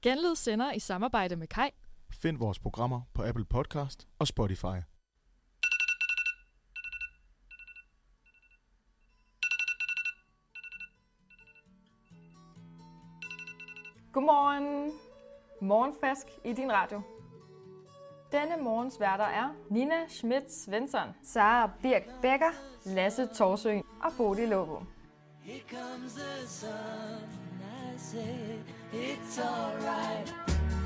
Genlyd sender i samarbejde med Kai. Find vores programmer på Apple Podcast og Spotify. Godmorgen. Morgenfrisk i din radio. Denne morgens værter er Nina Schmidt Svensson, Sara Birk Becker, Lasse Torsø og Bodil Lobo. Here comes the sun, I say it's alright.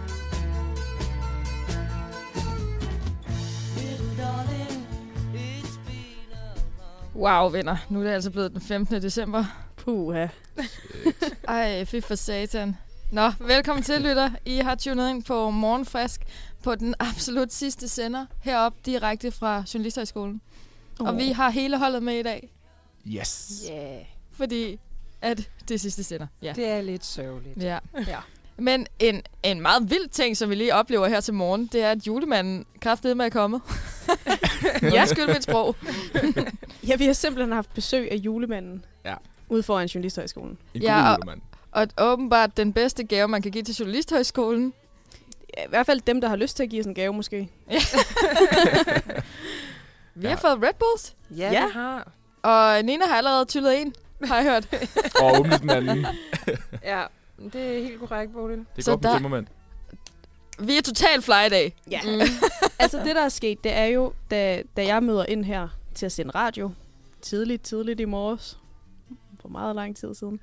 Little darling, it's been a long... Wow, venner. Nu er det altså blevet den 15. december. Puha. Ej, fy for satan. Nå, velkommen til, lytter. I har tunet ind på Morgenfrisk på den absolut sidste sender herop direkte fra Journalisthøjskolen. Og vi har hele holdet med i dag, Yes! Yeah. fordi at det er sidste sender. Ja. Det er lidt sørgeligt. Ja. Ja. Men en meget vild ting, som vi lige oplever her til morgen, det er, at julemanden kraftedeme er kommet. Undskyld mit sprog. Ja, vi har simpelthen haft besøg af julemanden. Ja. Ude foran Journalisthøjskolen. En Ja, god og- julemand. Og åbenbart den bedste gave, man kan give til Journalisthøjskolen. Ja, i hvert fald dem, der har lyst til at give os en gave, måske. Vi har fået Red Bulls, Ja. Vi har. og Nina har allerede tyllet en, har jeg hørt. Og åbne den anden. Ja, det er helt korrekt, Bodil. Det Så går på der- Timmermand. Vi er totalt fly i dag. Ja. Altså, det der er sket, det er jo, da jeg møder ind her til at sende radio, tidligt i morges, for meget lang tid siden,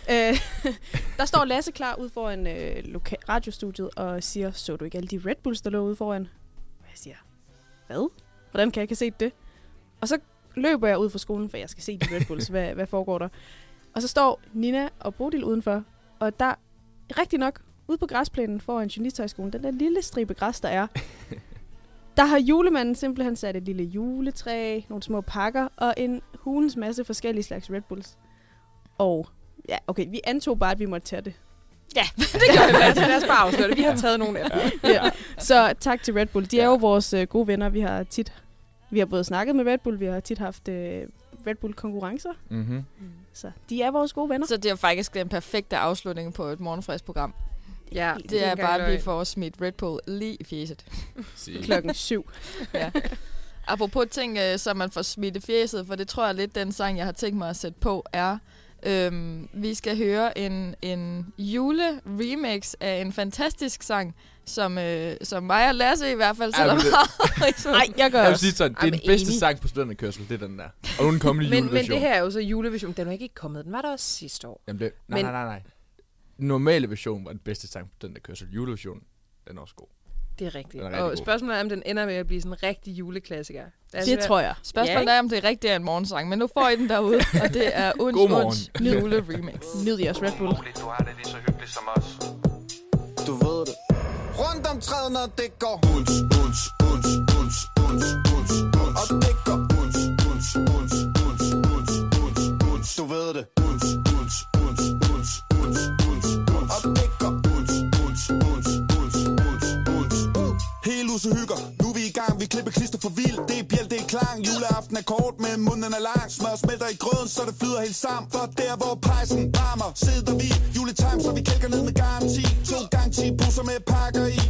der står Lasse klar ude foran radiostudiet og siger, så du ikke alle de Red Bulls, der lå ude foran? Og jeg siger, hvad? Hvordan kan jeg ikke have set det? Og så løber jeg ud fra skolen, for jeg skal se de Red Bulls. Hvad foregår der? Og så står Nina og Bodil udenfor, og der rigtig nok ude på græsplænen foran Journalisthøjskolen, den der lille stribe græs, der er, der har julemanden simpelthen sat et lille juletræ, nogle små pakker og en hulens masse forskellige slags Red Bulls. Og ja, okay, vi antog bare, at vi måtte tage det. Ja, Det gør vi. Lad os bare afsløre det. Vi har taget nogle af dem. Ja. Så tak til Red Bull. De er jo vores gode venner. Vi har både snakket med Red Bull, vi har tit haft Red Bull konkurrencer. Mhm. Så de er vores gode venner. Så det er faktisk den perfekte afslutning på et morgenfrisk program. Ja, Det er bare, at vi får... får smidt Red Bull lige i fjeset. Klokken 7. Ja. Apropos ting, som man får smidt i fjeset, for det tror jeg lidt, den sang, jeg har tænkt mig at sætte på, er... vi skal høre en jule-remix af en fantastisk sang, som mig og Lasse i hvert fald sætter men det- meget. Nej, jeg gør Jeg vil også. sige sådan, det er den Jamen, bedste enig. sang på studenterkørsel, det er den der. Og nu er den kommende Men juleversion. det her er jo så juleversion. Den er ikke kommet. Den var der også sidste år. Jamen det, Men- nej. Den normale version var den bedste sang på studenterkørsel. Juleversionen, den er også god. Det er rigtigt. Den er rigtig Og god. spørgsmålet er, om den ender med at blive sådan en rigtig juleklassiker. Det tror jeg. Spørgsmålet er, om det er rigtigt er en morgensang, men nu får I den derude, og det er God morgen. Unds jule-remix. Nyd i os Red Bull. Du har det lige så hyggeligt som os. Du ved det. Rundt om træet, når det går uns, uns, uns, uns, uns, uns, uns. Og det går uns, uns, uns, uns, uns, uns, uns. Du ved det. Uns, uns, uns, uns, uns, uns, uns. Og det går uns, uns, uns, uns, uns, uns, uns. Hele huset hygger. Nu er vi i gang. Vi klipper klister for vild. Det er bjæl, det er klang. Juleaften er kort, men munden er lang. Smør smelter i grøden, så det flyder helt sammen. For der, hvor pejsen varmer, sidder vi. Juletime, så vi kælker ned med garanti. 2 gange 10 busser med pakker i.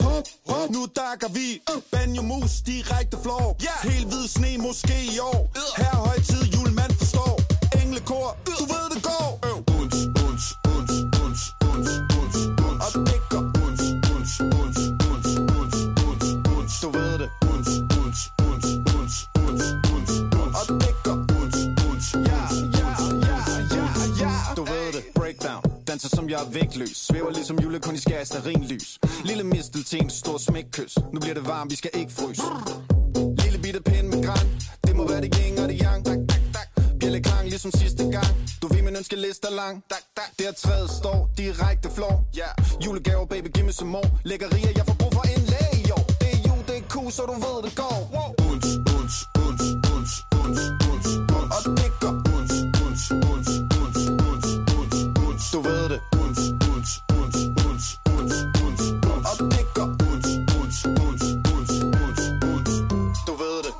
Nu dakker vi. Banjo mus, direkte flår. Helt hvid sne, måske i år. Her højtid, julemand forstår. Englekor, du ved det går. Uns, uns, uns, uns, uns, uns, uns. Og det går uns, uns, uns, uns, uns, uns, uns. Du ved det. Uns, uns, uns, uns, uns, uns, uns. Og det går uns, uns, ja, ja, ja, ja, ja. Du ved det. Breakdown. Danser som jeg er vægtløs. Svæver ligesom julekunst i skær stearinlys. Lille mistel til en stor smækkys. Nu bliver det varmt, vi skal ikke fryse. Lille bitte pind med græn. Det må være det yin og det yang. Bjælleklang ligesom sidste gang. Du ved min ønskeliste er lang. Der træet står direkte flår. Julegaver baby, giv mig some more. Lækkerier, jeg får brug for en læge i år. Det er jul, det er cool, så du ved det går. Uns, uns, uns, uns, uns, uns, uns. Og det går uns, uns, uns, uns, uns, uns, uns. Du ved det. Uns, uns, uns, uns, uns, uns, uns. Og det går uns, uns, uns, uns, uns, uns. Du ved det.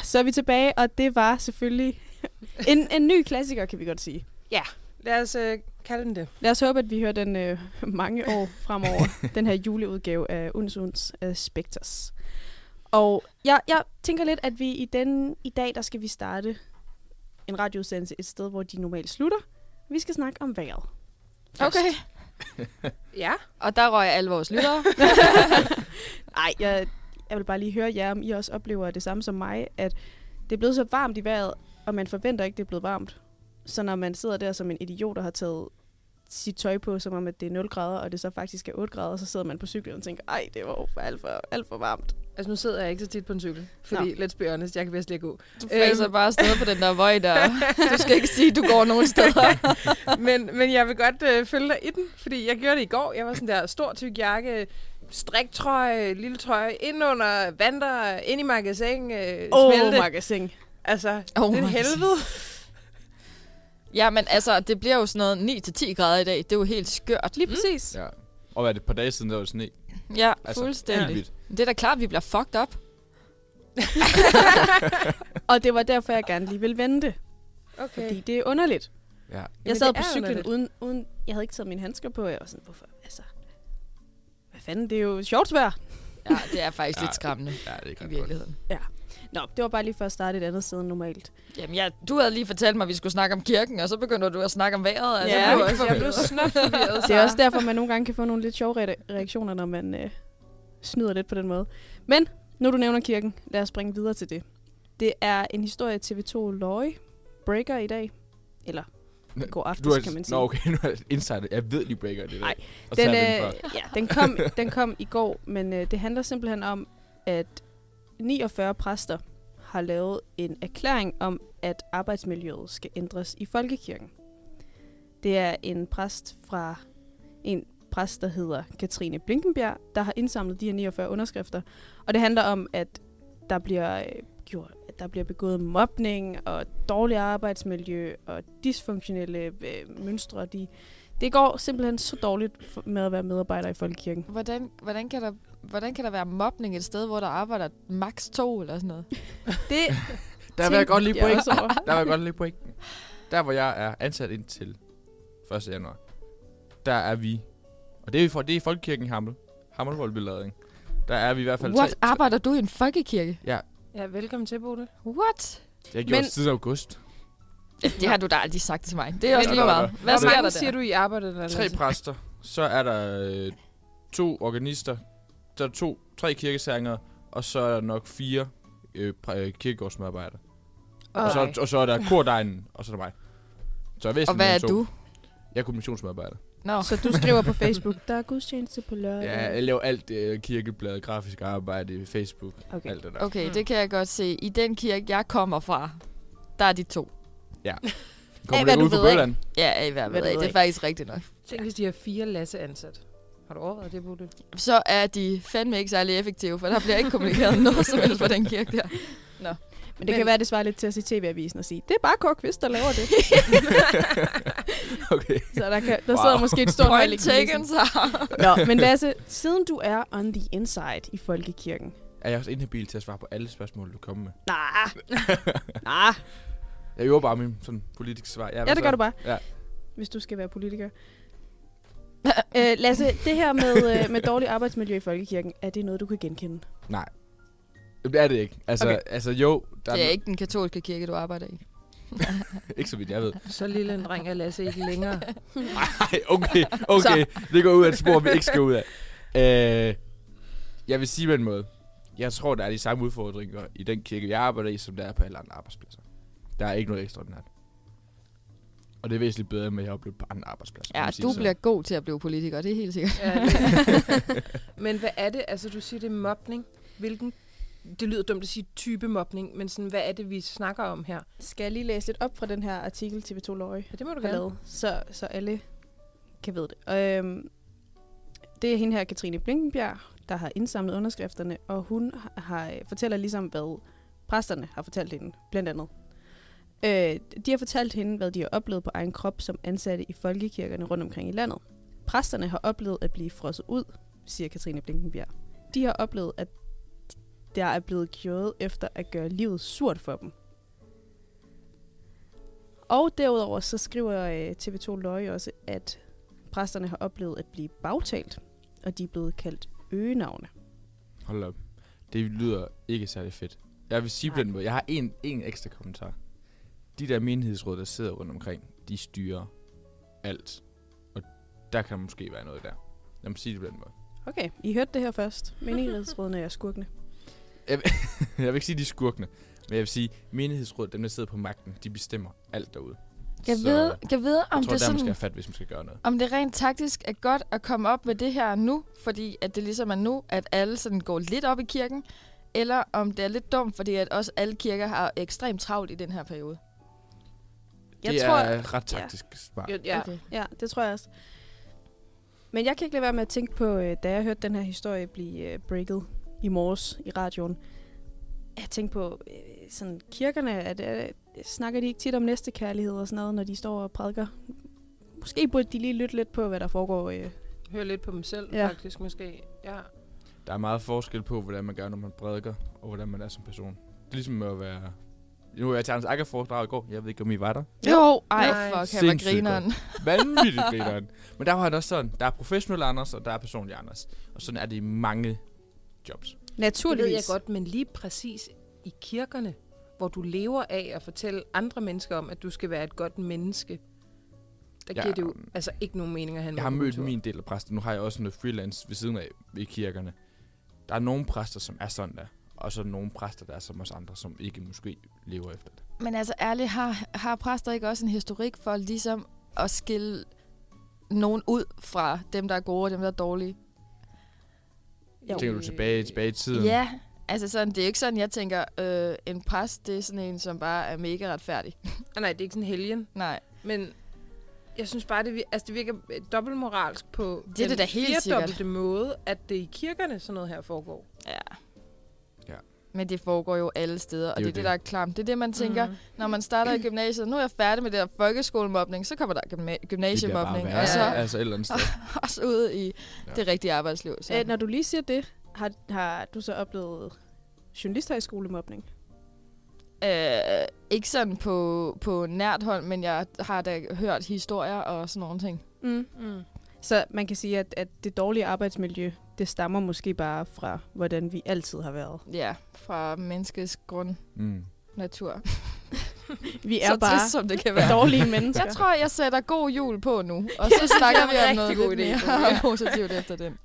så er vi tilbage, og det var selvfølgelig en ny klassiker, kan vi godt sige. Ja, lad os kalde den det. Lad os håbe, at vi hører den mange år fremover. Den her juleudgave af Uns Spectres. Og jeg tænker lidt, at vi i dag, der skal vi starte en radioudsendelse et sted, hvor de normalt slutter. Vi skal snakke om vejret. Okay. Ja. Og der røg alle vores lyttere. Ej, jeg vil bare lige høre jer, om I også oplever det samme som mig, at det er blevet så varmt i vejret, og man forventer ikke, det er blevet varmt. Så når man sidder der som en idiot, der har taget sit tøj på, som om at det er 0 grader, og det så faktisk er 8 grader, så sidder man på cyklen og tænker, ej, det var alt for varmt. Altså nu sidder jeg ikke så tit på en cykel, fordi let's be honest, jeg kan bedst lige gå. Du fræser bare afsted på den der vøj der. Du skal ikke sige, at du går nogen steder. men jeg vil godt følge dig i den, fordi jeg gjorde det i går. Jeg var sådan der stor tyk jakke, striktrøje, lille trøje, ind under vanter, ind i magasin, smelte. Magasin. Altså, det er et helvede. Ja, men altså, det bliver jo sådan noget 9-10 grader i dag. Det er jo helt skørt. Lige præcis. Ja. Og hvad er det, et par dage siden, der var sne? Ja, Altså, fuldstændig. Ja. Det er da klart, at vi bliver fucked up. Og det var derfor, jeg gerne lige ville vente. Okay. Fordi det er underligt. Ja. Jeg sad det på er cyklen uden... Jeg havde ikke taget mine handsker på. Jeg var sådan, hvorfor? Altså, hvad fanden? Det er jo shortsvejr. Ja, det er faktisk lidt skræmmende Ja, det er ikke i ret virkeligheden. Ja. Nå, det var bare lige for at starte et andet sted end normalt. Jamen, du havde lige fortalt mig, at vi skulle snakke om kirken, og så begynder du at snakke om vejret. Altså, Ja, jeg blev snart forvirret. Det er også derfor, man nogle gange kan få nogle lidt sjove reaktioner, når man snyder lidt på den måde. Men, nu du nævner kirken, lad os springe videre til det. Det er en historie, TV2 Løje breaker i dag. Eller god aftes, kan man sige. Nå, okay, nu er det insider. Jeg ved, de breaker det. Nej, den kom i går, men det handler simpelthen om, at 49 præster har lavet en erklæring om, at arbejdsmiljøet skal ændres i folkekirken. Det er en præst, der hedder Katrine Blinkenbjerg, der har indsamlet de her 49 underskrifter. Og det handler om, at der bliver begået mobning og dårligt arbejdsmiljø og dysfunktionelle mønstre. Det går simpelthen så dårligt med at være medarbejder i folkekirken. Hvordan kan der være mobning et sted, hvor der arbejder maks 2 eller sådan noget? Der vil jeg godt lige point. også over. Der vil jeg godt lige point. Der, hvor jeg er ansat indtil 1. januar, der er vi, og det er i folkekirken i Hammelvold-Beladring. Der er vi i hvert fald What? Arbejder du i en folkekirke? Ja. Ja, velkommen til, Bodil. What? Det har jeg gjort siden august. Det har du da aldrig sagt til mig. Det er også lige meget. Hvad Hvor sker der mange der? siger du, I arbejder der? 3 præster. Så er der 2 organister. Der er 3 kirkesanger. Og så er der nok 4 kirkegårdsmedarbejdere. Okay. Og så er der kordegnen, og så er der mig. Så jeg Og hvad er du? Jeg er kommunikationsmedarbejder. No. Så du skriver på Facebook, der er gudstjeneste på lørdag. Ja, jeg laver alt kirkeblad, grafisk arbejde i Facebook, Okay. alt det der. Okay, det kan jeg godt se. I den kirke, jeg kommer fra, der er de 2. Ja. hvad Kommer du du ud fra ved, ikke? Bølland? Ja, i hvert Hvad fald. du Det ved er faktisk rigtigt nok. Tænk, hvis de har 4 Lasse ansat. Har du overvejet det, Bodil? Så er de fandme ikke særlig effektive, for der bliver ikke kommunikeret noget som helst på den kirke der. Men det kan være, det svarer lidt til at se TV-avisen og sige, det er bare Kåre Kvist, der laver det. Okay. Så der sidder måske et stort hold i Point taken, kvisten. så. Nå, men Lasse, siden du er on the inside i folkekirken. Er jeg også inhabil til at svare på alle spørgsmål, du kommer med? Nej. Jeg øver bare min sådan politiske svar. Ja, det gør du bare. Ja. Hvis du skal være politiker. Lasse, det her med dårlig arbejdsmiljø i folkekirken, er det noget, du kan genkende? Nej. Det er det ikke. Altså jo. Det er ikke den katolske kirke, du arbejder i. Ikke så vidt, jeg ved. Så lille en dreng er Lasse ikke længere. Nej, okay. Det går ud af et spor, vi ikke skal ud af. Jeg vil sige på en måde. Jeg tror, der er de samme udfordringer i den kirke, jeg arbejder i, som der er på alle andre arbejdspladser. Der er ikke noget ekstraordinært. Og det er væsentligt bedre, med at jeg har oplevet på andre arbejdspladser. Ja, du bliver god til at blive politiker, det er helt sikkert. Ja, men hvad er det? Altså, du siger, det er mobning. Hvilken? Det lyder dumt at sige type mobning, men sådan, hvad er det, vi snakker om her? Skal jeg lige læse lidt op fra den her artikel, TV2 Løje Ja, det må du har gerne. lavet, så alle kan vide det. Det er hende her, Katrine Blinkenbjerg, der har indsamlet underskrifterne, og hun fortæller ligesom, hvad præsterne har fortalt hende, blandt andet. De har fortalt hende, hvad de har oplevet på egen krop som ansatte i folkekirkerne rundt omkring i landet. Præsterne har oplevet at blive frosset ud, siger Katrine Blinkenbjerg. De har oplevet, at der er blevet gjort efter at gøre livet surt for dem. Og derudover så skriver TV2 Løje også, at præsterne har oplevet at blive bagtalt, og de er blevet kaldt øgenavne. Hold op. Det lyder ikke særlig fedt. Jeg vil sige på den måde, jeg har en ekstra kommentar. De der menighedsråd, der sidder rundt omkring, de styrer alt. Og der kan måske være noget der. Lad mig sige det på den måde. Okay, I hørte det her først. Menighedsrådene er skurkene. Jeg vil ikke sige, de er skurkene. Men jeg vil sige, menighedsråd, dem der sidder på magten, de bestemmer alt derude. Jeg ved, om jeg tror, det der sådan, måske er fat, hvis man skal gøre noget. om det rent taktisk er godt at komme op med det her nu, fordi at det ligesom er nu, at alle sådan går lidt op i kirken, eller om det er lidt dumt, fordi at også alle kirker har ekstremt travlt i den her periode. Det er ret taktisk smart. Ja. Okay. Ja, det tror jeg også. Men jeg kan ikke lade være med at tænke på, da jeg hørte den her historie blive breaket i morges i radioen. Jeg tænkte på, sådan kirkerne, snakker de ikke tit om næstekærlighed og sådan noget, når de står og prædiker? Måske burde de lige lytte lidt på, hvad der foregår. Hør lidt på dem selv, faktisk måske. Ja. Der er meget forskel på, hvordan man gør, når man prædiker, og hvordan man er som person. Det er ligesom at være... Nu er jeg til Anders Akker-foredrag i går. Jeg ved ikke, om I var der. Jo, fuck, han var grineren. Vanvittigt grineren. Men der var han også sådan, der er professionelle Anders, og der er personlige Anders. Og sådan er det i mange jobs. Naturligvis. Det ved jeg godt, men lige præcis i kirkerne, hvor du lever af at fortælle andre mennesker om, at du skal være et godt menneske, der giver det jo altså ikke nogen mening at have. Jeg har mødt min del af præster. Nu har jeg også noget freelance ved siden af i kirkerne. Der er nogle præster, som er sådan der. Og så er der nogle præster, der er som os andre, som ikke måske lever efter det. Men altså ærligt, har præster ikke også en historik for ligesom at skille nogen ud fra dem, der er gode og dem, der er dårlige? Jo. Tænker du tilbage i tiden? Ja, altså sådan, det er ikke sådan, jeg tænker, en præst, det er sådan en, som bare er mega retfærdig. Nej, det er ikke sådan en helgen. Nej. Men jeg synes bare, det virker dobbeltmoralsk på det den da helt firedobbelte måde, at det i kirkerne sådan noget her foregår. Ja. Men det foregår jo alle steder, og det er det, der er klamt. Det er det, man tænker, når man starter i gymnasiet. Nu er jeg færdig med det der folkeskolemobning, så kommer der gymnasiemobning. Og så altså et eller andet sted. Også ude i det rigtige arbejdsliv. Så. Når du lige siger det, har du så oplevet journalisthøjskolemobning? Ikke sådan på nært hold, men jeg har da hørt historier og sådan nogle ting. Så man kan sige, at det dårlige arbejdsmiljø, det stammer måske bare fra, hvordan vi altid har været. Ja, fra menneskets natur. Vi er så bare trist, som det kan være. Dårlige mennesker. Jeg tror, jeg sætter god jul på nu, og så snakker vi om noget lidt mere positivt efter den.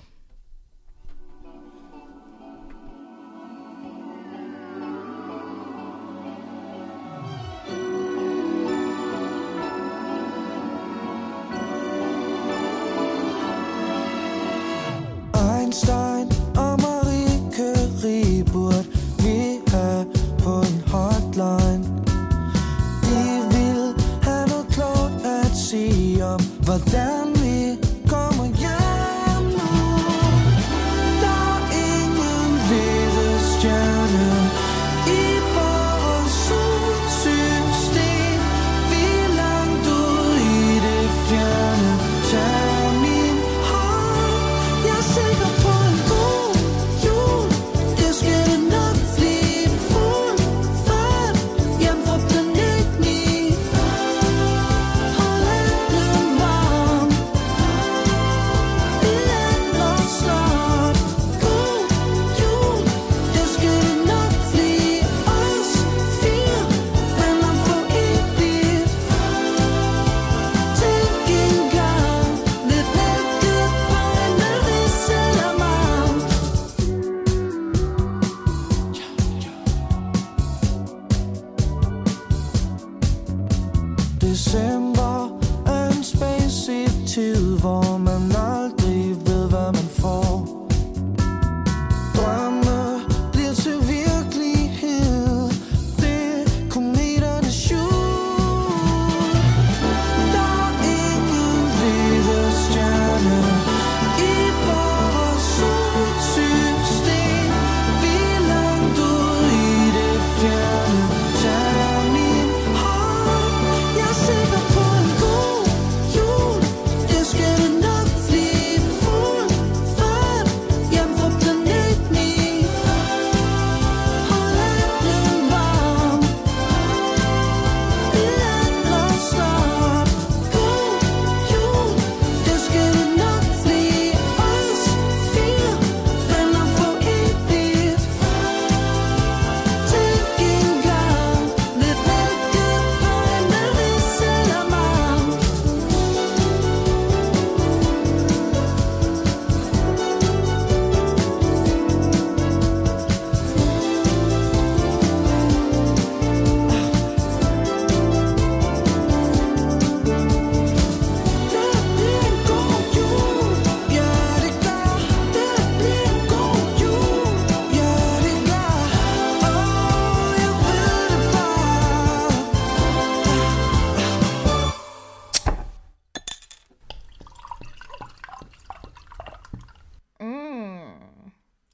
Einstein og Marie Curie burde vi have på en hotline. De vil have noget klogt at sige om, hvordan vi kommer hjem nu. Der er ingen ledestjerne i vores solsystem. Vi er langt ude i det fjerne. Tag min hånd, jeg er sikker på en god jul. Det skal nok blive fuld fart hjem fra planet 9. Hold handen varm, vi lander snart. God jul, det skal nok blive os fire, venner for evigt. Tænk engang lidt lækkert på en vis eller varmt. December er en spacey tid, hvor man aldrig ved, hvad man får. Drømme bliver til virkelighed. Det er kometernes jul. Der er ingen ledestjerne i vores solsystem. Vi er langt ude i det fjerne. Tag min hånd, jeg er sikker på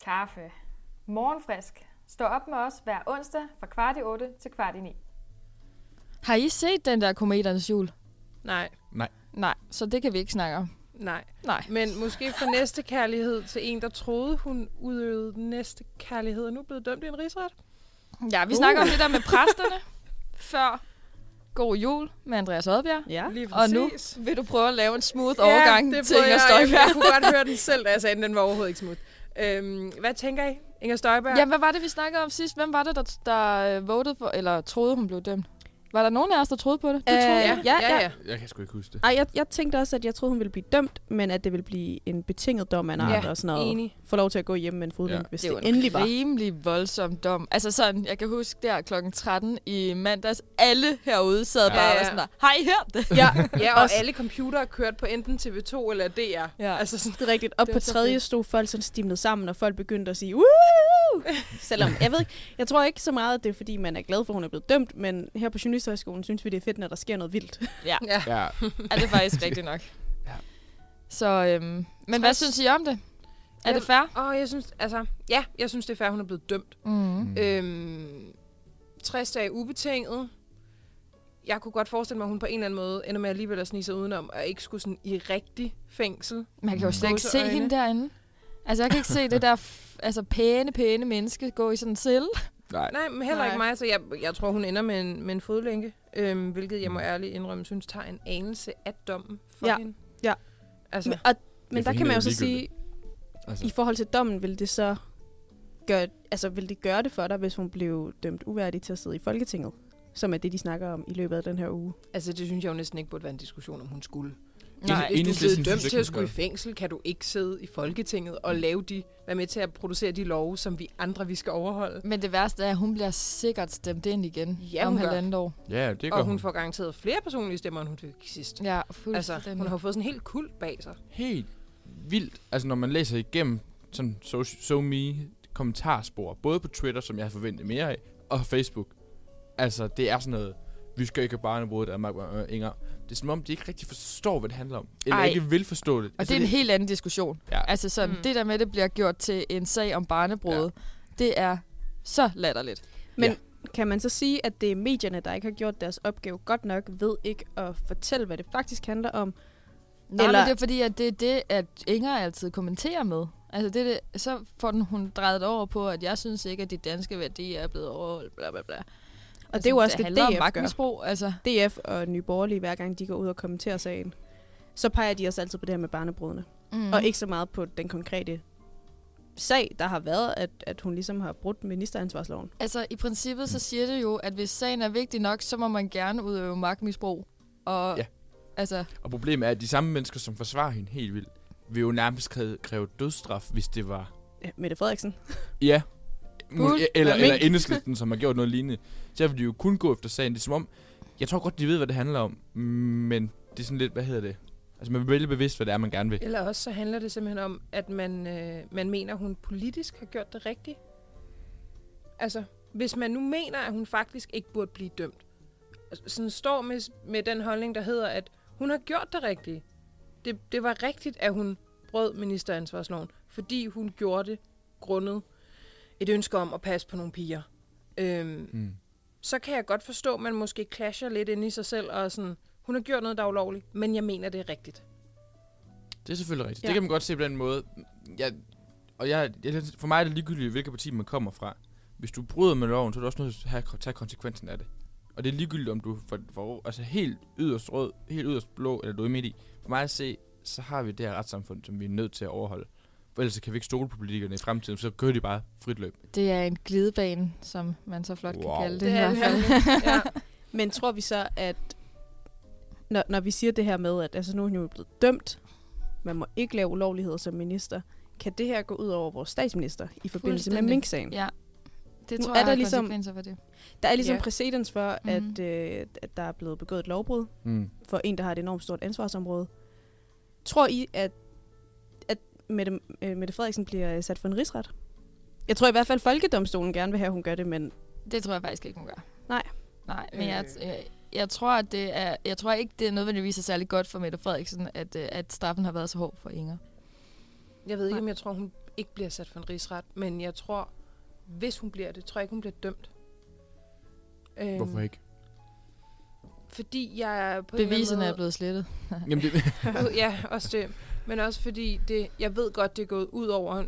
Kaffe. Morgenfrisk. Stå op med os hver onsdag fra 7:15 til 7:45. Har I set den der Kometernes Jul? Nej. Nej, så det kan vi ikke snakke om. Nej. Nej. Men måske for næste kærlighed til en, der troede, hun udøvede den næste kærlighed, og nu er blevet dømt i en rigsret. Ja, vi snakker om det der med præsterne før God Jul med Andreas Odbjerg. Ja. Lige Og nu præcis. vil du prøve at lave en smooth overgang det til prøver Inger jeg. Støjberg. Jeg kunne godt høre den selv, da jeg sagde, den var overhovedet ikke smooth. Hvad tænker I? Inger Støjberg? Ja, hvad var det, vi snakkede om sidst? Hvem var det, der votede for, eller troede, hun blev dømt? Var der nogen af os, der troede på det? Du troede ja. det? Ja. Jeg kan sgu ikke huske det. Ej, jeg tænkte også, at jeg troede, hun ville blive dømt, men at det ville blive en betinget dom af en art og sådan noget. Enig. Få lov til at gå hjem med en fodlænke, hvis Det var det endelig var. en rimelig voldsom dom. Altså sådan, jeg kan huske der klokken 13 i mandags, alle herude sad bare og var sådan der, har I hørt det? Ja, og alle computere kørte på enten TV2 eller DR. Ja. Altså sådan, Det er rigtigt. Op Det på var så tredje fedt. stod folk sådan stimlet sammen, og folk begyndte at sige, Woo! Selvom, jeg ved ikke, jeg tror ikke så meget, at det er fordi, man er glad for, at hun er blevet dømt, men her på Journalisthøjskolen synes vi, det er fedt, når der sker noget vildt. Ja, ja. Ja. ja det er faktisk rigtigt nok. Ja. Så, men hvad synes I om det? Er det fair? Jeg synes, det er fair, hun er blevet dømt. Mm. 60 dage ubetinget. Jeg kunne godt forestille mig, at hun på en eller anden måde ender med alligevel at snige sig udenom, og ikke skulle sådan i rigtig fængsel. Man kan jo slet ikke se Gåseøjne. hende derinde. Altså, jeg kan ikke se det der pæne menneske gå i sådan en celle. Nej. Nej, men heller ikke mig. Så jeg tror, hun ender med en fodlænke, hvilket jeg må ærligt indrømme, synes tager en anelse af dommen for hende. Ja. Altså, Men for der kan hende man er jo det så sige, ligegyldigt. i forhold til dommen, vil det så vil det gøre det for dig, hvis hun blev dømt uværdig til at sidde i Folketinget? Som er det, de snakker om i løbet af den her uge. altså, det synes jeg jo næsten ikke burde være en diskussion, om hun skulle. Nej. Hvis du er Enhedslisten blevet dømt synes til at ikke, skulle i hun fængsel, kan du ikke sidde i Folketinget og være med til at producere de love, som vi andre vi skal overholde. Men det værste er, at hun bliver sikkert stemt ind igen Ja, om hun gør. halvandet år. Ja, det gør Og hun får garanteret flere personlige stemmer, end hun fik sidst. Ja, Altså, fuldstændig. hun har jo fået sådan en helt kult bag sig. helt vildt. Altså, når man læser igennem sådan SoMe kommentarspor, både på Twitter, som jeg havde forventet mere af, og Facebook. Altså, det er sådan noget, vi skal ikke have barnebrud, Inger. Det er som om, de ikke rigtig forstår, hvad det handler om. Eller Ej. ikke vil forstå det. Og Altså, det er en helt anden diskussion. Ja. Altså sådan, det der med, det bliver gjort til en sag om barnebrud, det er så latterligt. Men kan man så sige, at det er medierne, der ikke har gjort deres opgave godt nok, ved ikke at fortælle, hvad det faktisk handler om? Nej, Eller- men det er fordi, at det er det, at Inger altid kommenterer med. Altså det, er det så får hun drejet over på, at jeg synes ikke, at de danske værdier er blevet overholdt, bla bla bla. Og det er jo også det, handler om DF gør. magtmisbrug, altså. DF og Nye Borgerlige, hver gang de går ud og kommenterer sagen, så peger de også altid på det her med barnebrudene. Mm. Og ikke så meget på den konkrete sag, der har været, at hun ligesom har brudt ministeransvarsloven. Altså i princippet, så siger det jo, at hvis sagen er vigtig nok, så må man gerne udøve magtmisbrug. Og Ja. altså, Og problemet er, at de samme mennesker, som forsvarer hende helt vildt, vil jo nærmest kræve dødsstraf, hvis det var... Ja, Mette Frederiksen. Ja. Eller Mink. Enhedslisten, som har gjort noget lignende. Så vil de jo kun gå efter sagen. Det er som om... Jeg tror godt, de ved, hvad det handler om. Men det er sådan lidt... Hvad hedder det? Altså, man vælger bevidst, hvad det er, man gerne vil. Eller også så handler det simpelthen om, at man mener, at hun politisk har gjort det rigtigt. Altså, hvis man nu mener, at hun faktisk ikke burde blive dømt, altså, sådan står med den holdning, der hedder, at hun har gjort det rigtige. Det var rigtigt, at hun brød ministeransvarsloven, fordi hun gjorde det grundet et ønske om at passe på nogle piger. Så kan jeg godt forstå, at man måske clasher lidt ind i sig selv, og sådan, hun har gjort noget, der er ulovligt, men jeg mener, det er rigtigt. Det er selvfølgelig rigtigt. Ja. Det kan man godt se på den måde. For mig er det ligegyldigt, hvilket parti man kommer fra. Hvis du bryder med loven, så er du også nødt til at tage konsekvensen af det. Og det er ligegyldigt, om du får altså helt yderst rød, helt yderst blå, eller du er midt i. For mig at se, så har vi det her retssamfund, som vi er nødt til at overholde. For ellers kan vi ikke stole på politikerne i fremtiden, så kører de bare frit løb. det er en glidebane, som man så flot kan kalde det, Det i er hvert det fald. ja. Men tror vi så, at når vi siger det her med, at altså, nu er hun jo blevet dømt, man må ikke lave ulovligheder som minister, kan det her gå ud over vores statsminister i forbindelse med Fuldstændig. Mink-sagen? Ja, det Nu tror er jeg der har ligesom- konsekvenser for det. Der er ligesom Ja. præcedens for, Mhm. at der er blevet begået et lovbrud Mm. for en, der har et enormt stort ansvarsområde. Tror I, at Mette Frederiksen bliver sat for en rigsret? Jeg tror i hvert fald, Folkedomstolen gerne vil have, at hun gør det, men Det tror jeg faktisk ikke, hun gør. Nej. Nej, men jeg tror, at jeg tror ikke, det er nødvendigvis er særlig godt for Mette Frederiksen, at straffen har været så hård for Inger. Jeg ved ikke, om jeg tror, ikke bliver sat for en rigsret, men jeg tror, hvis hun bliver det, tror jeg ikke, hun bliver dømt. Hvorfor ikke? Fordi jeg på Beviserne en er blevet slettet. Jamen, det, ja, også det. Men også fordi, jeg ved godt, det er gået ud over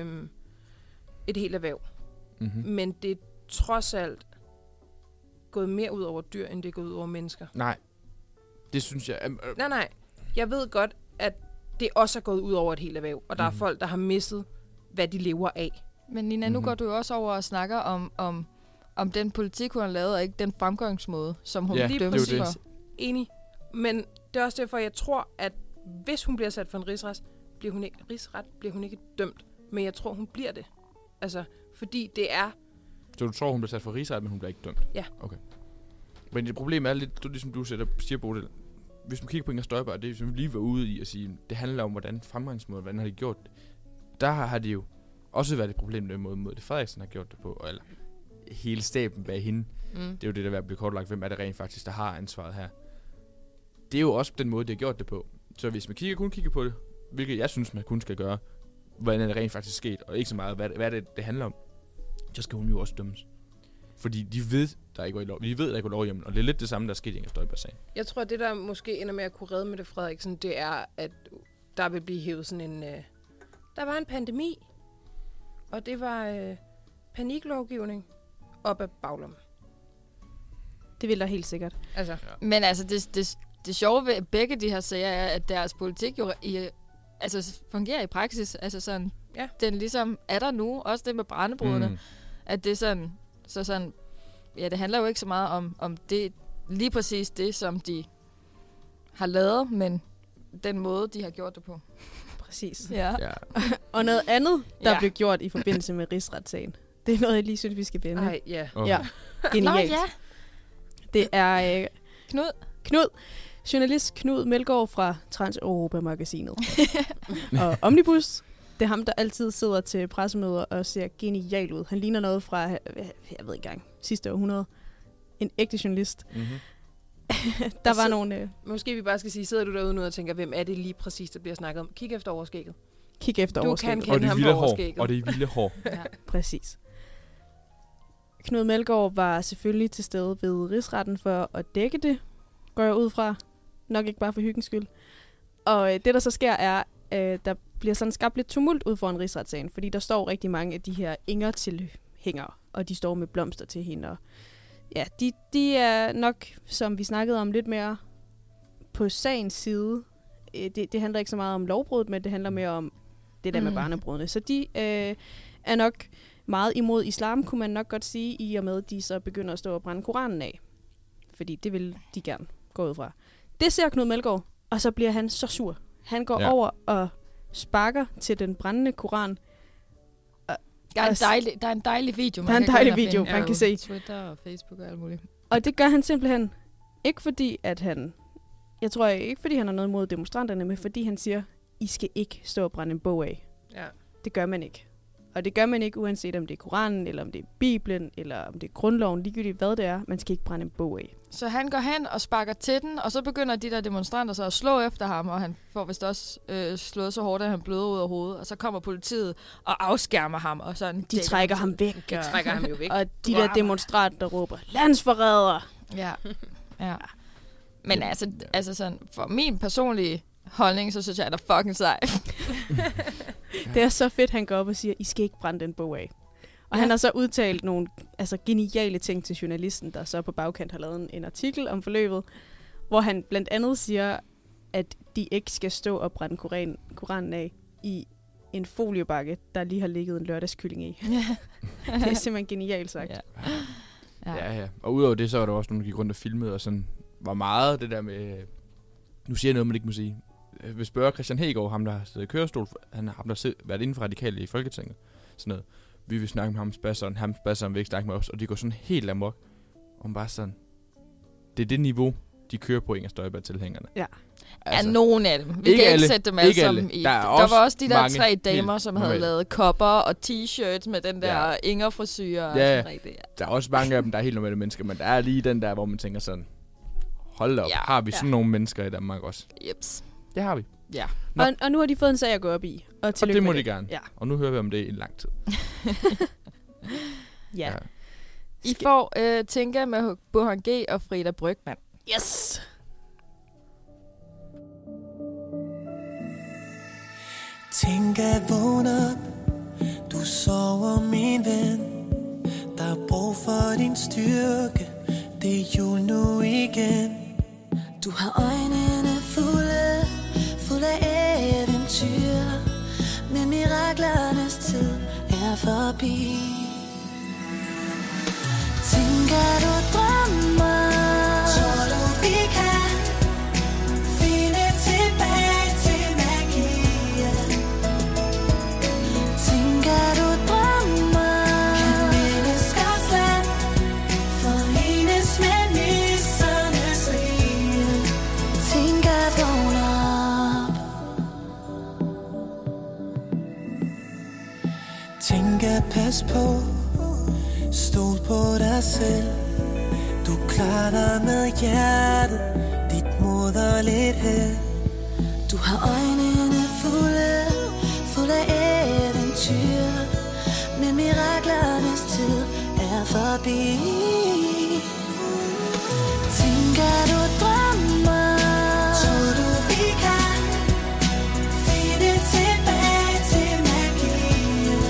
et helt erhverv. mm-hmm. Men det er trods alt gået mere ud over dyr, end det er gået ud over mennesker. Nej, det synes jeg... Nej. Jeg ved godt, at det også er gået ud over et helt erhverv. Og der er folk, der har mistet, hvad de lever af. Men Nina, nu går du jo også over og snakker om den politik, hun har lavet, og ikke den fremgangsmåde, som hun dømmes for. Enig. Men det er også derfor, jeg tror, at hvis hun bliver sat for en rigsret, bliver hun ikke dømt. Men jeg tror, hun bliver det. Altså, fordi det er... Så du tror, hun bliver sat for rigsret, men hun bliver ikke dømt? Ja. Okay. Men det problem er lidt, ligesom du siger, Bodil. Hvis man kigger på Inger Støjberg, det er som vi lige var ude i at sige, det handler om, hvordan fremgangsmåden, hvordan har de gjort det. Der har de jo også været et problem, den måde det Frederiksen har gjort det på, eller hele staben bag hende. Det er jo det, der bliver kortlagt, hvem er det rent faktisk, der har ansvaret her. Det er jo også den måde, de har gjort det på. Så hvis man kun kigger på det, hvilket jeg synes, man kun skal gøre, hvordan er det rent faktisk sket, og ikke så meget, hvad det handler om, så skal hun jo også dømmes. Fordi de ved, der ikke var lovhjemmel, og det er lidt det samme, der er sket i Inger Støjberg-sagen. Jeg tror, det der måske ender med at kunne redde Mette Frederiksen, det er, at der vil blive hævet sådan en... der var en pandemi, og det var paniklovgivning op ad baglommen. Det vil der helt sikkert. Altså. Men altså, det sjove ved begge de her sager er, at deres politik jo fungerer i praksis. Altså sådan, den ligesom er der nu. Også det med brændebrudene. At det er sådan, ja, det handler jo ikke så meget om det, lige præcis det, som de har lavet, men den måde, de har gjort det på. Præcis. Ja. Og noget andet, der blev gjort i forbindelse med rigsretssagen. Det er noget, jeg lige synes, vi skal vende. Ej, ja. Okay. Ja, genialt. Nå, ja. Det er Knud. Journalist Knud Melgaard fra Trans-Europa-magasinet. Og Omnibus. Det er ham, der altid sidder til pressemøder og ser genial ud. Han ligner noget fra, jeg ved ikke engang, sidste århundrede. En ægte journalist. Der var nogle... Måske vi bare skal sige, sidder du derude nu og tænker, hvem er det lige præcis, der bliver snakket om? Kig efter overskægget. Kig efter overskægget. Du kan kende ham på overskægget. Og det er vilde hår. Ja, præcis. Knud Melgaard var selvfølgelig til stede ved rigsretten for at dække det, går jeg ud fra. Nok ikke bare for hyggens skyld. Og det, der så sker, er, der bliver sådan skabt lidt tumult ud foran rigsretssagen, fordi der står rigtig mange af de her Inger-tilhængere, og de står med blomster til hende. Og ja, de er nok, som vi snakkede om, lidt mere på sagens side. Det handler ikke så meget om lovbruddet, men det handler mere om det der med barnebrudene. Så de er nok meget imod islam, kunne man nok godt sige, i og med, at de så begynder at stå og brænde Koranen af. Fordi det vil de gerne gå ud fra. Det ser Knud Melgaard, og så bliver han så sur. Han går over og sparker til den brændende Koran. Der er en dejlig video, man kan se. Twitter og Facebook og alt muligt. Og det gør han simpelthen ikke fordi, at han... Jeg tror ikke, fordi han har noget imod demonstranterne, men fordi han siger, I skal ikke stå og brænde en bog af. Ja. Det gør man ikke. Og det gør man ikke, uanset om det er Koranen, eller om det er Bibelen, eller om det er grundloven, ligegyldigt hvad det er. Man skal ikke brænde en bog af. Så han går hen og sparker til den, og så begynder de der demonstranter så at slå efter ham, og han får vist også slået så hårdt, at han bløder ud af hovedet. Og så kommer politiet og afskærmer ham. Og sådan, de trækker ham væk. De trækker ham jo væk. Og de der demonstranter råber, landsforræder! Ja. Men altså sådan, for min personlige holdning, så synes jeg, at der er fucking sej. Det er så fedt, han går op og siger, I skal ikke brænde den bog af. Og han har så udtalt nogle geniale ting til journalisten, der så på bagkant har lavet en artikel om forløbet, hvor han blandt andet siger, at de ikke skal stå og brænde Koranen af i en foliebakke, der lige har ligget en lørdagskylling i. Det er simpelthen genialt sagt. Ja. Og udover det, så var der også nogle, der gik rundt og filmede, og sådan var meget det der med... Nu siger jeg noget, man ikke må sige. Hvis spørger Christian Hegaard, ham der har siddet i kørestol, han har været inden for radikale i Folketinget, sådan noget. Vi vil snakke med ham spasseren, ham spasseren vil ikke snakke med os, og de går sådan helt amok. Og bare sådan, det er det niveau, de kører på Inger Støjberg-tilhængerne. Ja. Altså, nogen af dem. Vi kan ikke sætte dem alle sammen i. Der var også de der 3 damer, som havde lavet kopper og t-shirts med den der Inger-frisyr. Ja, der er også mange af dem, der er helt normale mennesker, men der er lige den der, hvor man tænker sådan, hold op, har vi sådan nogle mennesker i Danmark også? Jeps. Det har vi. Ja. Nå. Og nu har de fået en sag at gå op i. Og Og tillykke det må med de gerne. Ja. Og nu hører vi om det i en lang tid. Ja. I får Tinka med Burhan G og Frida Brygman. Yes! Tinka, vågn op. Du sover, min ven. Der er brug for din styrke. Det er jul nu igen. Du har øjnene fulde af eventyr. Men miraklernes tid er forbi. Tænker du drømmer? Tror du vi kan finde tilbage til magien? Tænker du drømmer? Kan menneskers land forenes med nissernes rige? Tænker vågn op. Tænker pas på. Stol på dig selv. Du klarer dig med hjertet. Dit mod og lidt held. Du har øjnene fulde af eventyr. Men miraklernes tid er forbi. Tænker du drømmer? Tror du vi kan finde tilbage til magien?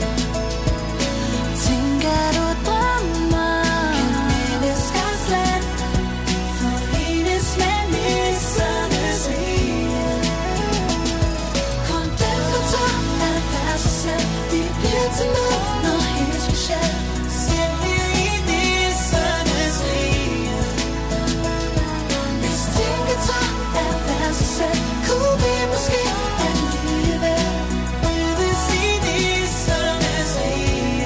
Tænker du drømmer? Kan menneskers land forenes med nissernes rige? Kun den på tør at være sig selv. Det bliver til noget, når helt specielt. Selv her i nissernes rige. Hvis Tinka tør at være sig selv, kunne vi måske alligevel mødes i nissernes rige.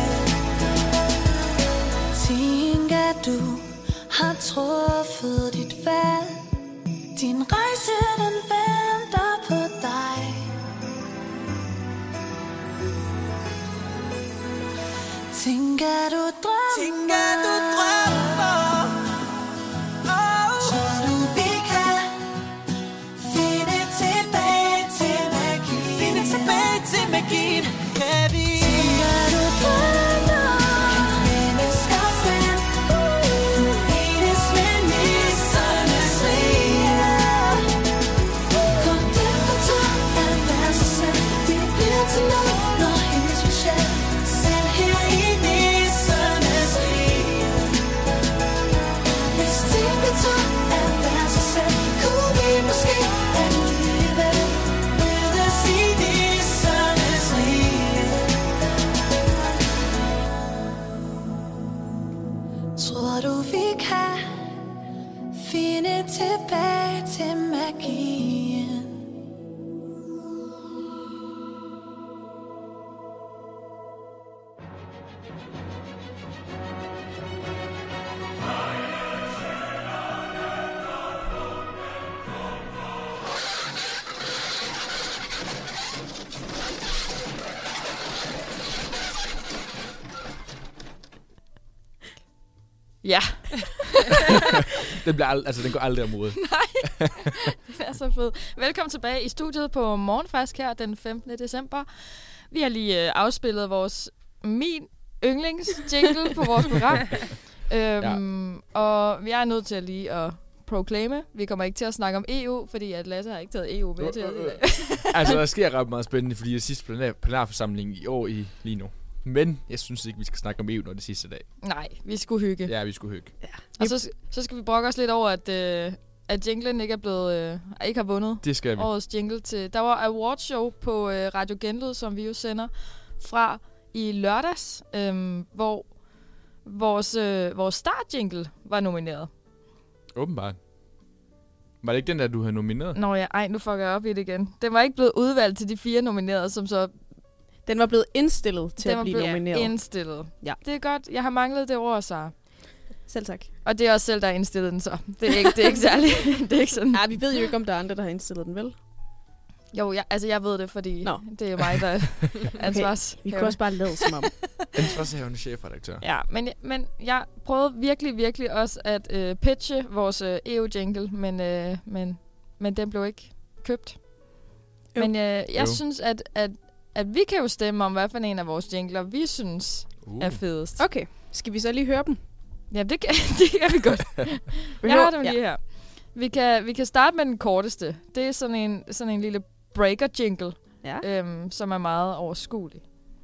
Tinka, du har truffet dit valg. Din rejse, den venter på dig. Tinka, du drømmer? Tror du vi kan finde tilbage til magien? Kan vi? Tinka, du drømmer? Kan menneskers land forenes med nissernes rige? Kun den på tør at være sig selv. Det bliver til noget, når helt specielt. Selv her i nissernes rige. Hvis Tinka tør at være sig selv, kunne vi måske alligevel mødes i nissernes rige. Tror du vi kan finde tilbage til magien? Ja, Den går aldrig om hovedet. det er så fedt. Velkommen tilbage i studiet på Morgenfrisk her den 15. december. Vi har lige afspillet min yndlingsjingle på vores program. Og vi er nødt til lige at proclame. Vi kommer ikke til at snakke om EU, fordi at Lasse har ikke taget EU med til os i dag. Altså, der sker ret meget spændende, fordi det er sidste plenarforsamling i år lige nu. Men jeg synes ikke, vi skal snakke om EU, når det er sidste dag. Nej, vi skulle hygge. Ja, vi skulle hygge. Ja. Og så skal vi brokke os lidt over, at jinglen ikke er blevet, ikke har vundet Det skal vi. årets jingle til. Der var awardshow på Radio Genlyd, som vi jo sender fra i lørdags, hvor vores startjingle var nomineret. Åbenbart. Var det ikke den der, du havde nomineret? Nå ja, nu fucker jeg op i det igen. Den var ikke blevet udvalgt til de 4 nominerede, som så... Den var blevet indstillet til at blive nomineret. Indstillet. Ja. Det er godt. Jeg har manglet det ord, så. Selv tak. Og det er også selv, der har indstillet den, så. Det er ikke særligt. Det er ikke sådan. Nej, vi ved jo ikke, om der er andre, der har indstillet den, vel? Jo, jeg ved det, fordi det er mig, der er ansvars. Okay. Vi kunne også bare lade som om. Ansvarshavende chefredaktør. Ja, men jeg prøvede virkelig også at pitche vores EU-jingle, men den blev ikke købt. Men jeg synes, at vi kan jo stemme om, hvad for en af vores jingler, vi synes er fedest. Okay, skal vi så lige høre dem? Ja, det kan vi godt. Jeg har dem lige her. Vi kan starte med den korteste. Det er sådan en lille breaker-jingle, som er meget overskuelig.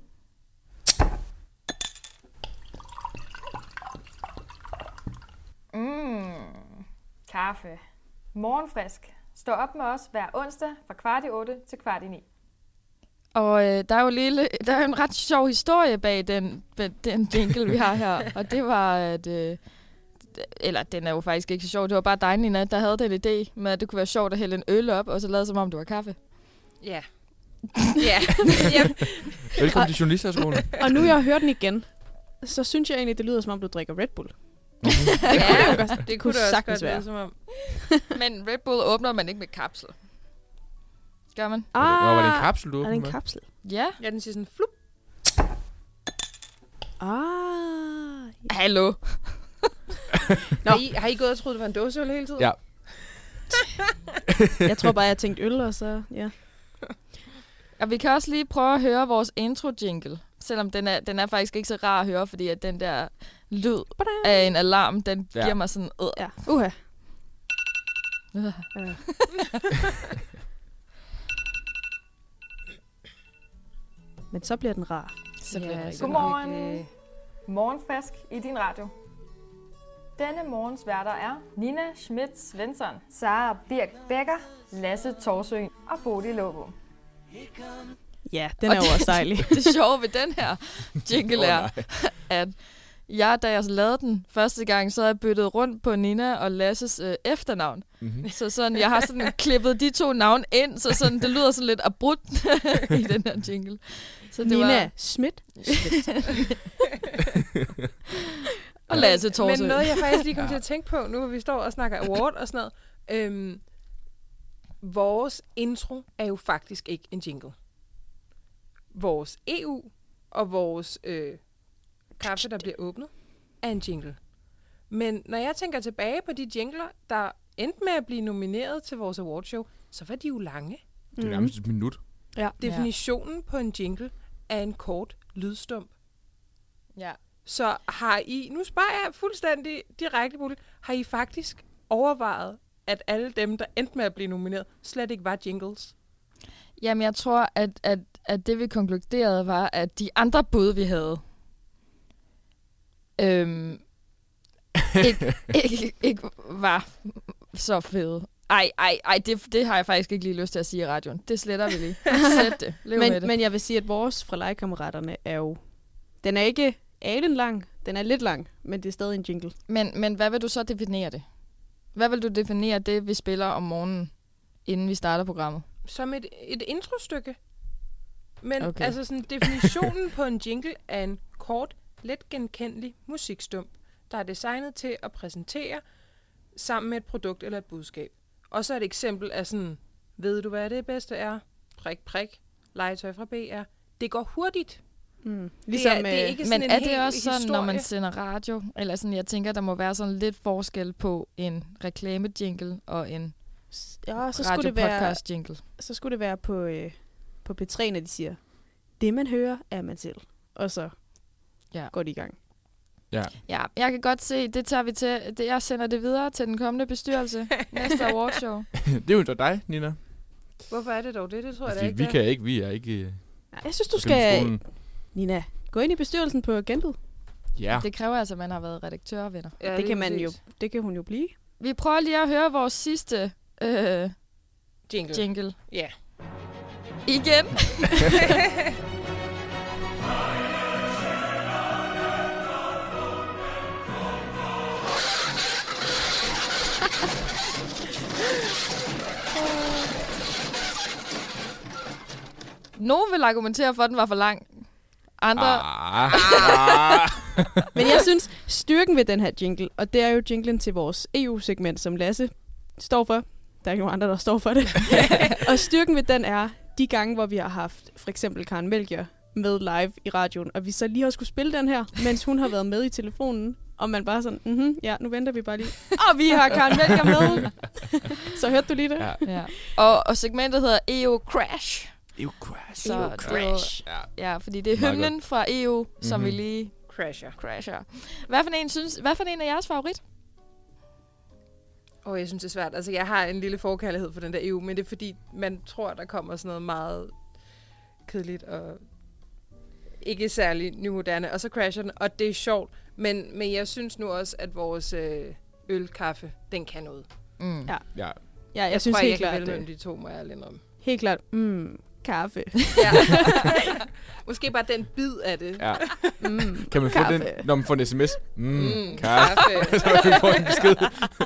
Kaffe. Morgenfrisk. Stå op med os hver onsdag fra 7:15 til 8:45. Og der er jo en ret sjov historie bag den jingle, vi har her. Og det var, at... eller den er jo faktisk ikke så sjov. Det var bare dig, Nina, der havde den idé med, at det kunne være sjovt at hælde en øl op, og så lade som om det var kaffe. Ja. Velkommen til journalisterskolen. Og nu jeg har hørt den igen, så synes jeg egentlig, det lyder som om, du drikker Red Bull. Det kunne det også godt være som om. Men Red Bull åbner man ikke med kapsel. Gør man? Var det en kapsel, du Er det åbnede en med? kapsel? Ja. Ja, den siger sådan flup. Hallo. Har I gået og troet, det var en dåseøl hele tiden? Ja. Jeg tror bare, jeg tænkte øl, og så... Ja. Og vi kan også lige prøve at høre vores intro-jingle. Selvom den er faktisk ikke så rar at høre, fordi at den der lyd af en alarm, den giver mig sådan... Ja. Men så bliver den rar. Så bliver den Godmorgen. Morgenfrisk i din radio. Denne morgens værter er Nina Schmidt Svensson, Sara Birk Becker, Lasse Torsøen og Bodil Lobo. Ja, den er jo også dejlig. Det sjove ved den her jingle er, at da jeg lavede den første gang, så havde jeg byttet rundt på Nina og Lasses efternavn. Mm-hmm. Så sådan, jeg har sådan klippet de to navne ind, så sådan, det lyder sådan lidt abrupt i den her jingle. Så det Nina var... Schmidt. Og Lasse Torsø. Men noget, jeg faktisk lige kom til at tænke på, nu hvor vi står og snakker award og sådan noget. Vores intro er jo faktisk ikke en jingle. Vores EU og vores kaffe, der bliver åbnet, er en jingle. Men når jeg tænker tilbage på de jingler, der endte med at blive nomineret til vores awardshow, så var de jo lange. Det er nærmest et minut. Ja. Definitionen på en jingle er en kort lydstump. Ja. Så har I, nu spørger jeg fuldstændig direkte, Bodil, har I faktisk overvejet, at alle dem, der endte med at blive nomineret, slet ikke var jingles? Jamen, jeg tror, at det vi konkluderede var, at de andre bud, vi havde, ikke var så fede. Ej, det har jeg faktisk ikke lige lyst til at sige i radioen. Det sletter vi lige. Sæt det. Lev med det. Men jeg vil sige, at vores fra legekammeraterne er jo... Den er ikke alen lang, den er lidt lang, men det er stadig en jingle. Men hvad vil du så definere det? Hvad vil du definere det, vi spiller om morgenen, inden vi starter programmet? Som et introstykke. Men Okay. altså sådan, definitionen på en jingle er en kort, let genkendelig musikstump, der er designet til at præsentere sammen med et produkt eller et budskab. Og så et eksempel af sådan, ved du hvad det bedste er? Prik, prik. Legetøj fra BR. Det går hurtigt. Ligesom, det er ikke sådan Men en er det hel også sådan, historie. når man sender radio? Eller sådan, jeg tænker, der må være sådan lidt forskel på en reklamejingle og en ja, så skulle det være, radio-podcast-jingle. så skulle det være på P3, når de siger, det man hører, er man selv. Og så går de i gang. Ja. Ja, jeg kan godt se, det tager vi til. Jeg sender det videre til den kommende bestyrelse. Næste awardshow. Det er jo dig, Nina. Hvorfor er det dog det? Det tror jeg da Fordi ikke. vi det er. kan ikke, vi er ikke... Ja, jeg synes, du på skal, skolen. Nina, gå ind i bestyrelsen på Genlyd. Ja. Det kræver altså, at man har været redaktør og venner. Ja, Det lige kan man jo, præcis. det kan hun jo blive. Vi prøver lige at høre vores sidste jingle. Ja. Igen. Nogen vil argumentere for, at den var for lang. Andre... Men jeg synes, styrken ved den her jingle, og det er jo jinglen til vores EU-segment, som Lasse står for. Der er ikke nogen andre, der står for det. Og styrken ved den er, de gange, hvor vi har haft for eksempel Karen Melchior med live i radioen, og vi så lige har skulle spille den her, mens hun har været med i telefonen, Og man bare sådan, ja, nu venter vi bare lige. Og vi har Karen Melchior med. Så hørte du lige det? Ja. Ja. Og segmentet hedder EU Crash. EU Crash. Så Crash. Ja. Ja, fordi det er Meget hymnen fra EU, som vi lige Crasher. Hvad for en er jeres favorit? Jeg synes, det er svært. Altså, jeg har en lille forkærlighed for den der EU, men det er fordi, man tror, der kommer sådan noget meget kedeligt og ikke særlig nymoderne, og så crasher den, og det er sjovt. Men jeg synes nu også, at vores ølkaffe, den kan noget. Mm. Ja. Ja. Ja, jeg synes tror, helt jeg kan klart, vælge mellem de to, må jeg alene om. helt klart, kaffe. Ja. Måske bare den bid af det. Ja. Kan man få Kaffe. den, når man får en sms? Kaffe. Kaffe. Så kan man få en besked.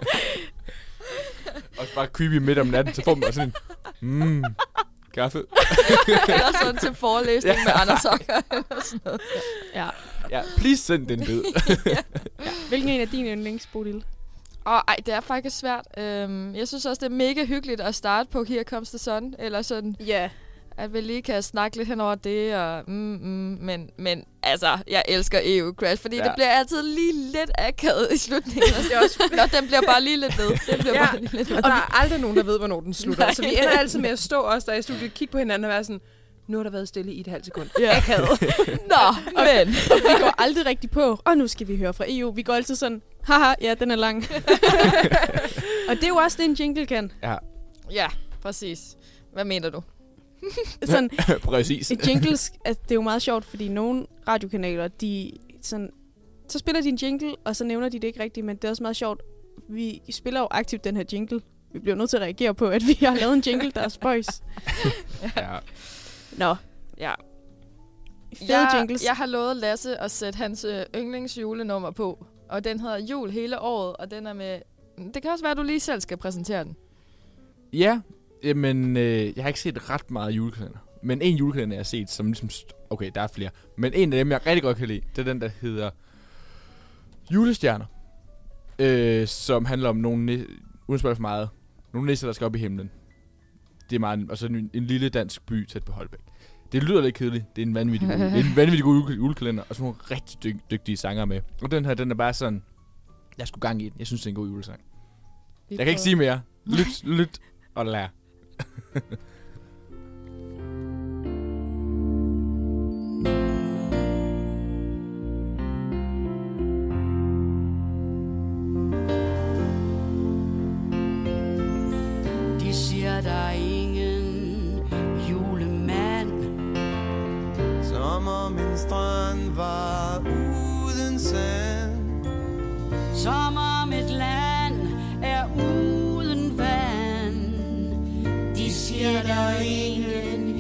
Og så bare creepy midt om natten, så får man bare sådan en, kaffe. Eller sådan til forelæsning med Anders Sokker eller sådan noget. Ja. Ja, please send den bid. Hvilken en af dine yndlings, Bodil? Det er faktisk svært. Jeg synes også, det er mega hyggeligt at starte på Here Comes the Sun, eller sådan, Ja. at vi lige kan snakke lidt hen over det, og men altså, jeg elsker EU Crash, fordi det bliver altid lige lidt akavet i slutningen. Det er også, den bliver bare lige lidt ved. Den bliver bare lige lidt ved. Og der er aldrig nogen, der ved, hvornår den slutter. Nej. Så vi ender altid med at stå os der i studiet, kigge på hinanden og være sådan, nu har der været stille i et halvt sekund. Ja. Akavet. Men Vi går aldrig rigtig på, og nu skal vi høre fra EU. Vi går altid sådan, haha, ja, den er lang. Og det er jo også det, en jingle kan. ja, præcis. Hvad mener du? Sådan, Præcis. et jingles, altså, det er jo meget sjovt, fordi nogle radiokanaler, de sådan, så spiller de en jingle, og så nævner de det ikke rigtigt, men det er også meget sjovt. Vi spiller jo aktivt den her jingle. Vi bliver nødt til at reagere på, at vi har lavet en jingle, der er spøjs. Ja. Nå, Ja. fede jingles. Jeg har lovet Lasse at sætte hans yndlingsjulenummer på, og den hedder Jul hele året, og den er med... Det kan også være, at du lige selv skal præsentere den. Ja, men jeg har ikke set ret meget julekalender. Men en julekalender, jeg har set, som ligesom... Okay, der er flere. Men en af dem, jeg rigtig godt kan lide, det er den, der hedder Julestjerner. Som handler om nogle... Uden spørg for meget. Nogle nisser, der skal op i himlen. Det er meget... Og så en lille dansk by tæt på Holbæk. Det lyder lidt kedeligt. Det er en vanvittig god julekalender. Og så nogle rigtig dygtige sanger med. Og den her, den er bare sådan... Jeg skulle gang i den. Jeg synes, det er en god julesang. Jeg kan ikke sige mere. Lyt og lær. De siger, der er ingen julemand, Som om en strand var uden sand. som om et land er uden vand. De siger, der er ingen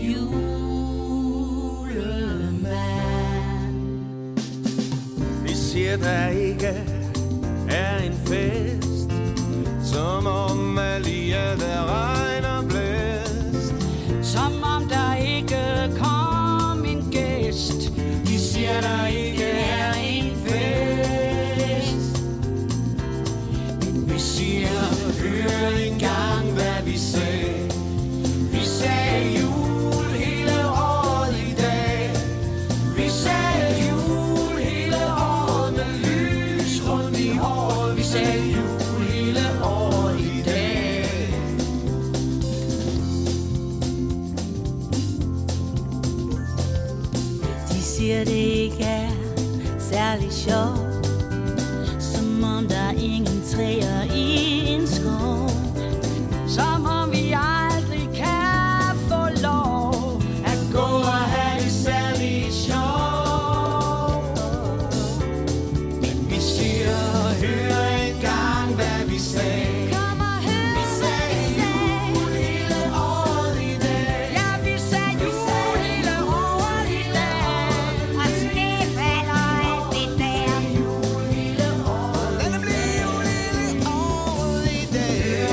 julemand. Vi siger, der ikke er en fest. Som om alligevel regner blæst. Som om der ikke kom en gæst. De siger, der ikke er en fest. Men vi siger, hør engang, hvad vi sagde. Vi sagde jul hele året i dag. Vi sagde jul hele året med lys rundt i håret. Vi sagde jul hele året i dag. De siger, det ikke er særlig sjovt. Som om der er ingen træer i en skov. Som om vi aldrig kan få lov at gå og have det særlig sjovt. Men vi siger, hør engang, hvad vi sagde. Kom og hør, vi sagde jul hele året i dag. Ja, vi sagde jul hele året i dag. Og sne falder alt det der. Jul hele året. Lad det blive jul hele året i dag.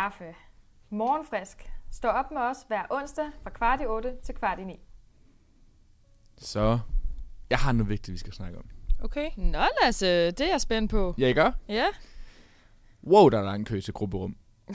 kaffe. Morgenfrisk. Stå op med os hver onsdag fra 7:15 til 8:15. Så jeg har noget vigtigt, vi skal snakke om. Okay. Nå, Lasse, det er jeg spændt på. Ja, I gør? Ja. Wow, der er lang kø til grupperum.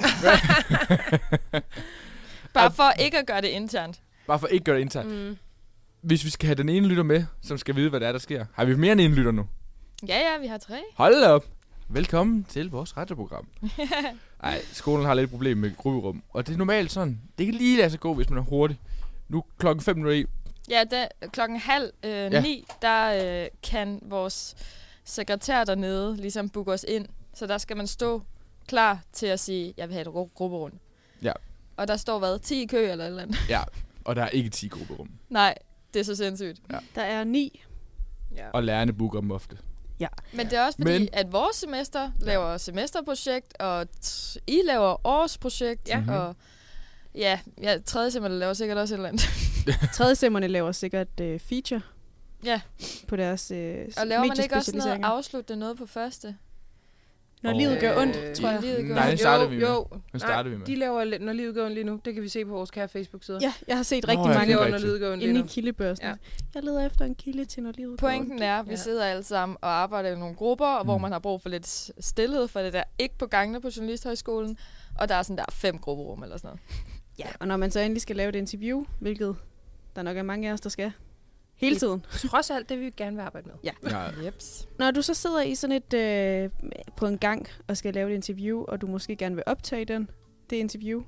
Bare for ikke at gøre det internt. Bare for ikke at gøre det internt. Hvis vi skal have den ene lytter med, som skal vide, hvad der er, der sker. Har vi mere end en lytter nu? Ja, vi har 3. Hold op. Velkommen til vores radioprogram. Ej, skolen har lidt problem med grupperum. Og det er normalt sådan. Det kan lige lade sig gå, hvis man er hurtig. Nu klokken 5 minutter i. Ja, klokken 8:30, der kan vores sekretær dernede ligesom booke os ind. Så der skal man stå klar til at sige, jeg vil have et grupperum. Ja. Og der står hvad? 10 i kø eller et eller andet? Ja, og der er ikke 10 grupperum. Nej, det er så sindssygt. Ja. Der er 9. Ja. Og lærerne booker dem ofte. Ja. Men det er også fordi, at vores semester laver semesterprojekt, og I laver årsprojekt, og ja, 3. semester laver sikkert også et eller andet. 3. semmerne laver sikkert feature på deres og laver man ikke også noget afslutte noget på første? Når livet gør ondt, tror jeg. Nej, det starter vi med. Jo. Den starter vi med. De laver Når livet gør ondt lige nu. Det kan vi se på vores kære Facebook-sider. Ja, jeg har set rigtig mange Når livet gør ondt lige inde nu. i kildebørsen. Ja. Jeg leder efter en kilde til, når livet Pointen er, at vi sidder alle sammen og arbejder i nogle grupper, hvor man har brug for lidt stillhed, for det der ikke på gangene på Journalisthøjskolen, og der er sådan der 5 grupperum eller sådan noget. Ja, og når man så endelig skal lave et interview, hvilket der nok er mange af os, der skal, hele tiden. Trods alt, det vil vi gerne vil arbejde med. Ja. Jeps. Når du så sidder i sådan et på en gang og skal lave et interview, og du måske gerne vil optage det interview,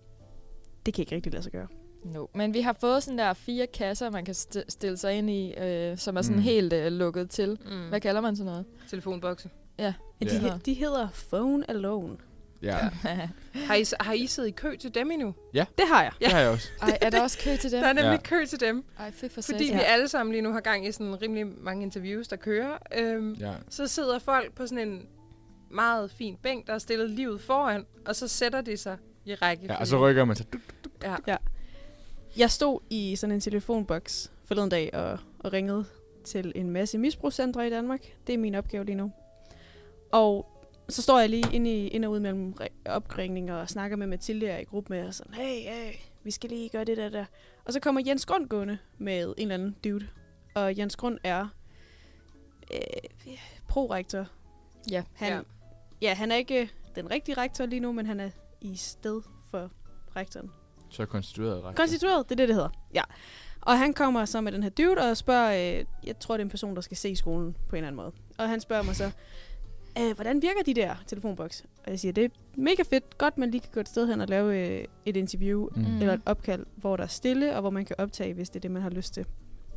det kan ikke rigtig lade sig gøre. No. Men vi har fået sådan der 4 kasser, man kan stille sig ind i, som er sådan helt lukket til. Hvad kalder man sådan noget? Telefonbokse. Ja. De hedder Phone Alone. Ja. Har I siddet i kø til dem endnu? Ja. Det har jeg. Det har jeg også. Ej, er der også kø til dem? Der er nemlig kø til dem. Ej, fedt for fordi vi alle sammen lige nu har gang i sådan rimelig mange interviews, der kører. Så sidder folk på sådan en meget fin bænk, der er stillet livet foran, og så sætter de sig i række. Ja, og så rykker man sig. Ja. Jeg stod i sådan en telefonboks forleden dag og ringede til en masse misbrugscentre i Danmark. Det er min opgave lige nu. Og så står jeg lige ind og ud mellem opringninger og snakker med Mathilde, jeg er i gruppe med, og sådan, hey, vi skal lige gøre det der. Og så kommer Jens Grund gående med en eller anden dude. Og Jens Grund er prorektor. Ja. Han er ikke den rigtige rektor lige nu, men han er i sted for rektoren. Så konstitueret rektor. Konstitueret, det er det hedder. Ja. Og han kommer så med den her dude og spørger, jeg tror det er en person, der skal se skolen på en eller anden måde. Og han spørger mig så, hvordan virker de der telefonboks? Og jeg siger, det er mega fedt, godt man lige kan gå et sted hen og lave et interview eller et opkald, hvor der er stille, og hvor man kan optage, hvis det er det, man har lyst til.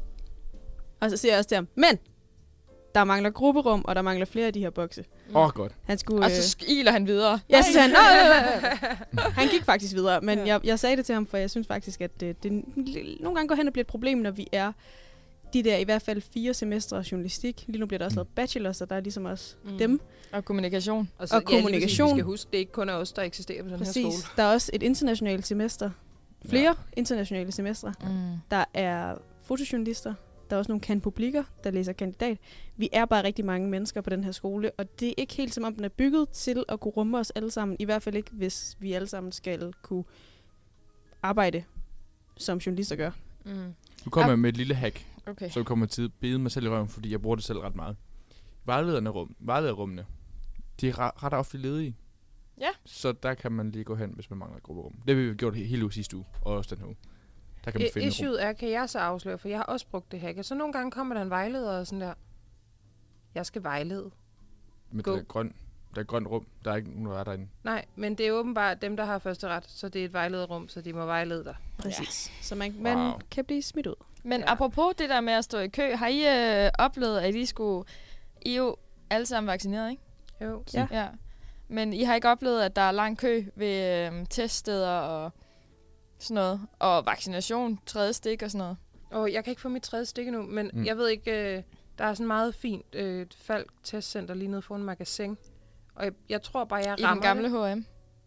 Og så siger jeg også til ham, men der mangler grupperum, og der mangler flere af de her bokse. Godt. Han skulle, og så skiler han videre. Ja, så sagde han, han gik faktisk videre, men jeg sagde det til ham, for jeg synes faktisk, at det nogle gange går hen og bliver et problem, når vi er de der i hvert fald 4 semestre journalistik. Lige nu bliver der også lavet bachelor, så der er ligesom også dem. Og kommunikation. Og kommunikation. Vi skal huske, det er ikke kun er os, der eksisterer på den her skole. Der er også et internationalt semester. Flere internationale semestre. Der er fotojournalister. Der er også nogle kanpublikker, der læser kandidat. Vi er bare rigtig mange mennesker på den her skole, og det er ikke helt som om, den er bygget til at kunne rumme os alle sammen. I hvert fald ikke, hvis vi alle sammen skal kunne arbejde, som journalister gør. Nu kommer jeg med et lille hack, okay. Så kommer til at bede mig selv i røven, fordi jeg bruger det selv ret meget. Vejlederrummene, de er ret ofte ledige. Ja. Så der kan man lige gå hen, hvis man mangler et grupperum. Det har vi gjort hele uge sidste uge, og også den her uge. Der kan man finde issueet er, kan jeg så afsløre, for jeg har også brugt det hack. Så nogle gange kommer der en vejleder og sådan der, jeg skal vejlede. Men der er grønt rum, der er ikke nogen, der er derinde. Nej, men det er åbenbart dem, der har første ret, så det er et vejlederrum, så de må vejlede dig. Præcis. Ja. Så man kan blive smidt ud. Men apropos det der med at stå i kø, har I oplevet, at I er jo alle sammen vaccineret, ikke? Jo. Ja. Men I har ikke oplevet, at der er lang kø ved teststeder og sådan noget, og vaccination, 3. stik og sådan noget? Jeg kan ikke få mit 3. stik endnu, men jeg ved ikke, der er sådan meget fint Falk testcenter lige nede foran magasin, og jeg tror bare, jeg rammer i den gamle H&M?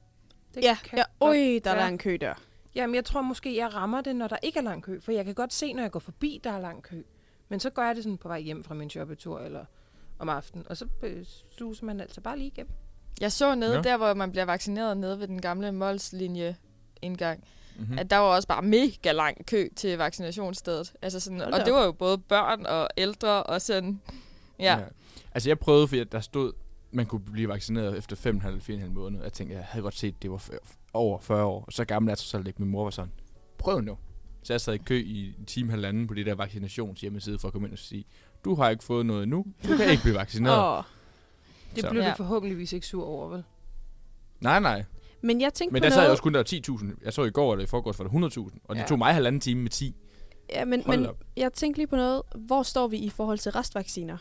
Der er lang kø der. Jamen, jeg tror måske, jeg rammer det, når der ikke er lang kø, for jeg kan godt se, når jeg går forbi, der er lang kø. Men så gør jeg det sådan på vej hjem fra min shoppetur eller om aftenen, og så suser man altså bare lige igennem. Jeg så nede Nå. der, hvor man bliver vaccineret nede ved den gamle Mols-linje indgang, Mm-hmm. at der var også bare mega lang kø til vaccinationsstedet. Altså sådan, Hold og da det op. var jo både børn og ældre og sådan. Ja. Altså, jeg prøvede, fordi der stod, man kunne blive vaccineret efter 4,5 måneder. Jeg tænkte, jeg havde godt set, det var over 40 år. Og så gammel er jeg så ikke. Min mor var sådan, prøv nu. Så jeg sad i kø i en time, halvanden på det der vaccinationshjemmeside for at komme ind og sige, du har ikke fået noget endnu. Du kan ikke blive vaccineret. Det Så. blev Ja. du forhåbentligvis ikke sur over, vel? Nej. Men jeg tænkte Men på der sad jeg noget... også kun, der var 10.000. Jeg så i går, eller i forgårs, var der 100.000. Og det tog mig halvanden time med 10. Ja, men Hold op. jeg tænkte lige på noget. Hvor står vi i forhold til restvacciner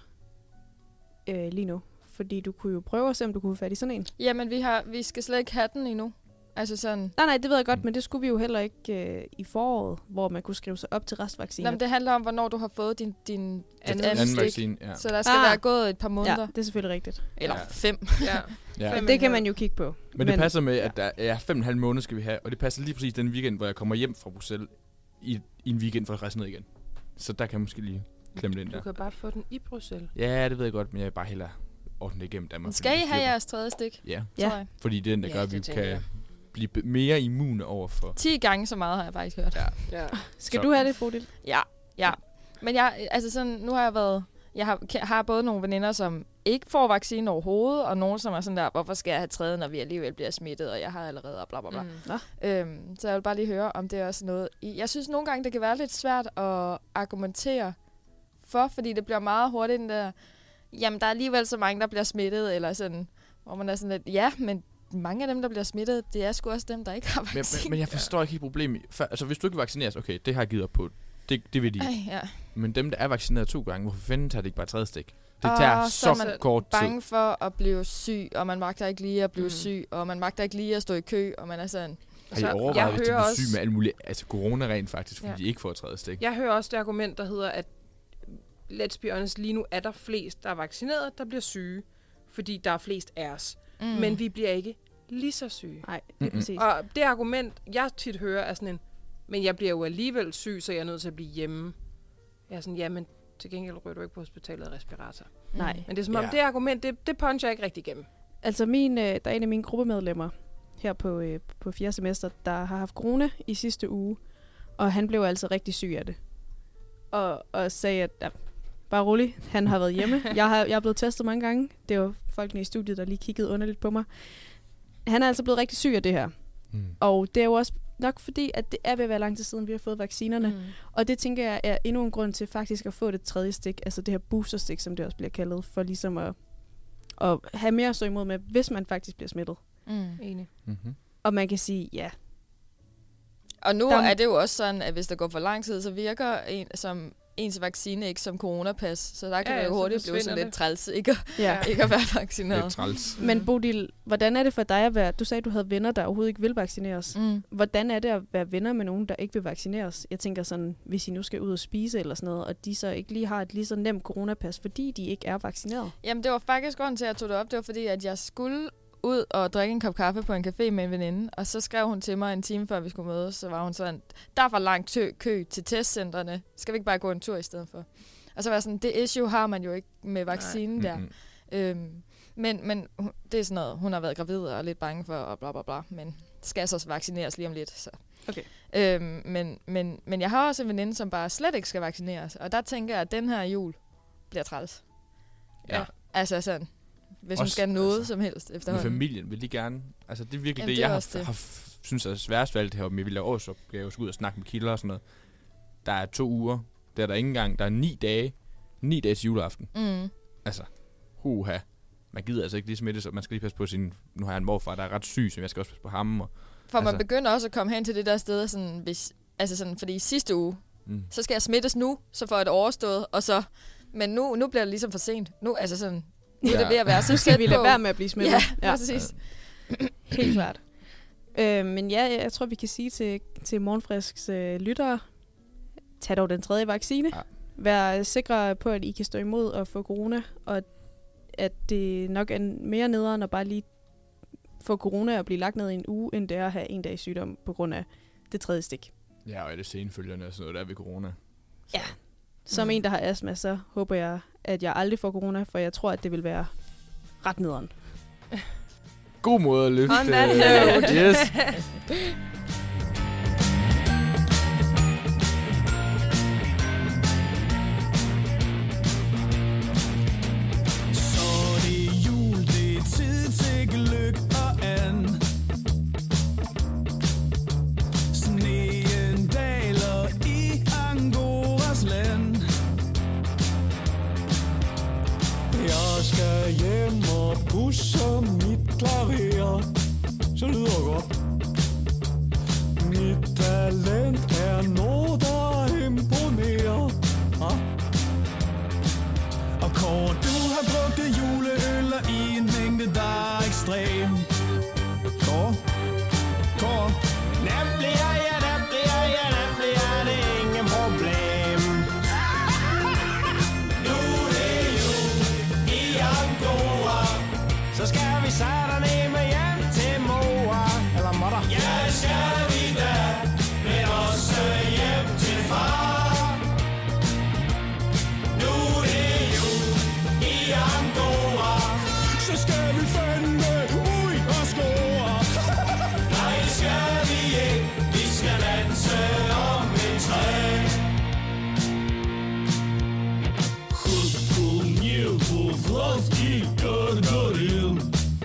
lige nu? Fordi du kunne jo prøve at se, om du kunne få fat i sådan en. Jamen, vi skal slet ikke have den endnu. Altså sådan... Nej, det ved jeg godt, men det skulle vi jo heller ikke i foråret, hvor man kunne skrive sig op til restvacciner. Nå, men det handler om, hvornår du har fået din anden Anden stik. vaccine, ja. Så der skal være gået et par Ja, måneder. det er selvfølgelig rigtigt. Eller Ja. 5. Ja. Ja. Det kan man jo kigge på. Men det passer med, at der er 5,5 måneder skal vi have, og det passer lige præcis den weekend, hvor jeg kommer hjem fra Bruxelles i en weekend for at rejse ned igen. Så der kan jeg måske lige klemme det ind Du der. kan bare få den i Bruxelles. Ja, det ved jeg godt, men jeg vil bare hellere ordne det igennem Danmark. Skal fordi I det have styrker- jeres tredje stik? Ja, Ja. Tror jeg. fordi det er den, der Ja, gør, at det vi tænker kan jeg. blive mere immune over for... 10 gange så meget har jeg faktisk hørt. Ja. Ja. Skal Så- du have det, Bodil? Ja. Men jeg, altså sådan, nu har jeg været... Jeg har både nogle veninder, som ikke får vaccine overhovedet, og nogle, som er sådan der, hvorfor skal jeg have tredje, når vi alligevel bliver smittet, og jeg har allerede, og bla bla bla. Så jeg vil bare lige høre, om det er også noget... Jeg synes nogle gange, det kan være lidt svært at argumentere for, fordi det bliver meget hurtigt den der... Jamen, der er alligevel så mange, der bliver smittet, eller sådan... Hvor man er sådan lidt, ja, men mange af dem, der bliver smittet, det er sgu også dem, der ikke har vaccine. Men jeg forstår ikke helt problemet. Altså, hvis du ikke vaccineres, okay, det har jeg givet op på. Det vil de. Ja. Men dem, der er vaccineret 2 gange, hvorfor fanden tager det ikke bare tredje stik? Det Og tager så er så man kort tid. Bange for at blive syg, og man magter ikke lige at blive syg, og man magter ikke lige at stå i kø, og man er sådan... Har I Så overvejet, jeg hvis de hører bliver også- syge med alt muligt, altså corona rent faktisk, fordi Ja. de ikke får et tredje stik? Jeg hører også det argument, der hedder, at let's be honest, lige nu er der flest, der er vaccineret, der bliver syge, fordi der er flest af os. Men vi bliver ikke lige så syge. Nej, det er præcis. Og det argument, jeg tit hører, er sådan en, men jeg bliver jo alligevel syg, så jeg er nødt til at blive hjemme. Jeg er sådan, ja, men til gengæld ryger du ikke på hospitalet i respirator. Nej. Men det er som om, Ja. det argument, det puncher ikke rigtig igennem. Altså der er en af mine gruppemedlemmer her på 4. semester, der har haft corona i sidste uge, og han blev altså rigtig syg af det. Og sagde, at ja, bare rolig, han har været hjemme. Jeg er blevet testet mange gange. Det var folkene i studiet, der lige kiggede underligt på mig. Han er altså blevet rigtig syg af det her. Og det er jo også nok fordi, at det er ved at være lang tid siden, vi har fået vaccinerne. Og det tænker jeg er endnu en grund til faktisk at få det tredje stik, altså det her boosterstik, som det også bliver kaldet, for ligesom at have mere at stå imod med, hvis man faktisk bliver smittet. Enig. Mm-hmm. Og man kan sige, ja. Og nu Der- er det jo også sådan, at hvis der går for lang tid, så virker ens vaccine ikke som coronapas. Så der kan Ja, det jo så hurtigt blive forsvinder sådan lidt det. træls ikke, Ja. ikke at være Det er vaccineret. træls. Men Bodil, hvordan er det for dig at være... Du sagde, at du havde venner, der overhovedet ikke vil vaccineres. Hvordan er det at være venner med nogen, der ikke vil vaccineres? Jeg tænker sådan, hvis I nu skal ud og spise eller sådan noget, og de så ikke lige har et lige så nemt coronapas, fordi de ikke er vaccineret. Jamen, det var faktisk grunden til, at jeg tog det op. Det var fordi, at jeg skulle ud og drikke en kop kaffe på en café med en veninde, og så skrev hun til mig en time før vi skulle mødes, så var hun sådan, der er for lang kø til testcentrene. Skal vi ikke bare gå en tur i stedet for? Og så var jeg sådan, det issue har man jo ikke med vaccinen der. Men det er sådan noget, hun har været gravid og er lidt bange for, og bla bla bla, men skal så vaccineres lige om lidt. Så. Okay. Men jeg har også en veninde, som bare slet ikke skal vaccineres, og der tænker jeg, at den her jul bliver træls. Ja. Altså sådan, hvis hun Også, skal noget altså, som helst Med efterhånden. familien vil de gerne... Altså, det er virkelig Jamen, det, det er jeg også det. synes er sværest ved alt det her. Men vi laver årsopgaver, skal ud og snakke med kilder og sådan noget. Der er 2 uger. Der er der ikke engang. Der er 9 dage. 9 dages juleaften. Altså, huha. Man gider altså ikke lige smitte, så man skal lige passe på sin... Nu har jeg en morfar, der er ret syg, så jeg skal også passe på ham. Og, For man altså- begynder også at komme hen til det der sted, sådan, fordi sidste uge, så skal jeg smittes nu, så får jeg det overstået, og så... Men nu bliver det ligesom for sent. Nu, altså sådan, nu er det ved at være så Så skal tæt vi lade på. være med at blive smittet. Ja, præcis. Helt klart. Men ja, jeg tror, vi kan sige til Morgenfrisks lyttere, tag dog den tredje vaccine. Ja. Vær sikre på, at I kan stå imod og få corona, og at det nok er mere nederen at bare lige få corona og blive lagt ned i en uge, end det er at have en dags sygdom på grund af det tredje stik. ja, og er det senfølgende og sådan noget der ved corona. Ja. Som en, der har astma, så håber jeg, at jeg aldrig får corona, for jeg tror, at det vil være ret nederen. god måde at løfte. On that note. Yes. Så det er jul, det er tid til gløgg og and. Sneen daler i Angoras land. Jeg skal hjem og pusse mit klaver. Så lyder det godt. Mit talent er noget, der imponerer. Og Kåre, du har drukket juleøller i en mængde, der er ekstrem. Kåre. Nemlig er det ingen problem. Nu er det jul i Angora. Så skal vi sætte ned med hjem til mor. Eller moder. Ja, skal vi da. Men også hjem til far. Nu er det jul i Angora. Så skal vi fandme ud og score. Nej, det skal vi ikke. Vi skal danse om et træ. Хутко небо Владки går ind.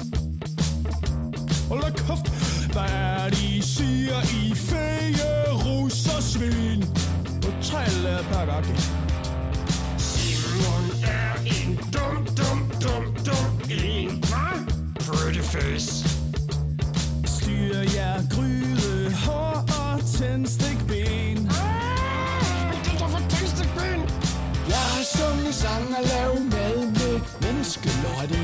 Hold da kæft, hvad er de siger i fæge rus og svin? Og trælle pakagtigt. Simon er en dum en. Hvad? Pretty face. Styr jer gryde, hår og tændstikben. Det er for tændstikben. Jeg har sunget sang og lavet mad med menneskelotte.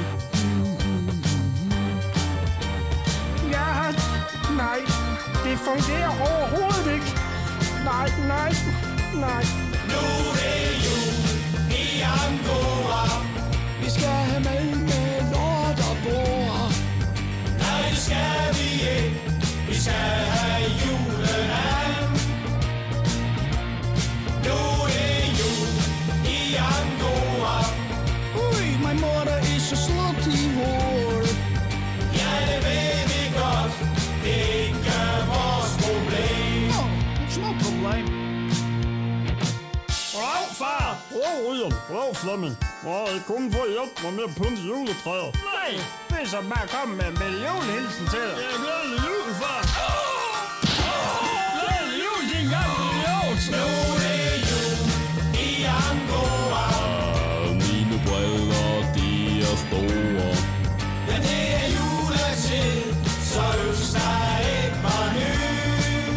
Ja, nej, det fungerer overhovedet ikke. Nej. Nu er det jul i Angora. Vi skal have mad med lort og bord. Nej, det skal vi ikke. Vi skal have juleand. Nu er det jul i Angora. Ui, min mor der er så slået i hår. Ja, det ved vi godt. Det er ikke vores problem. Små problem. Goddag, far. Goddag, William. Goddag, Flemming. Jeg er kun for at hjælpe mig med at pynte juletræet. Nej, det er så bare komme med julehilsen til dig. Ja, glædelig jul, far. Glædelig jul, din gamle idiot. Nu er det jul i Angora. Mine briller, de er store. Ja, det er juletid, så ønsk dig et par nye.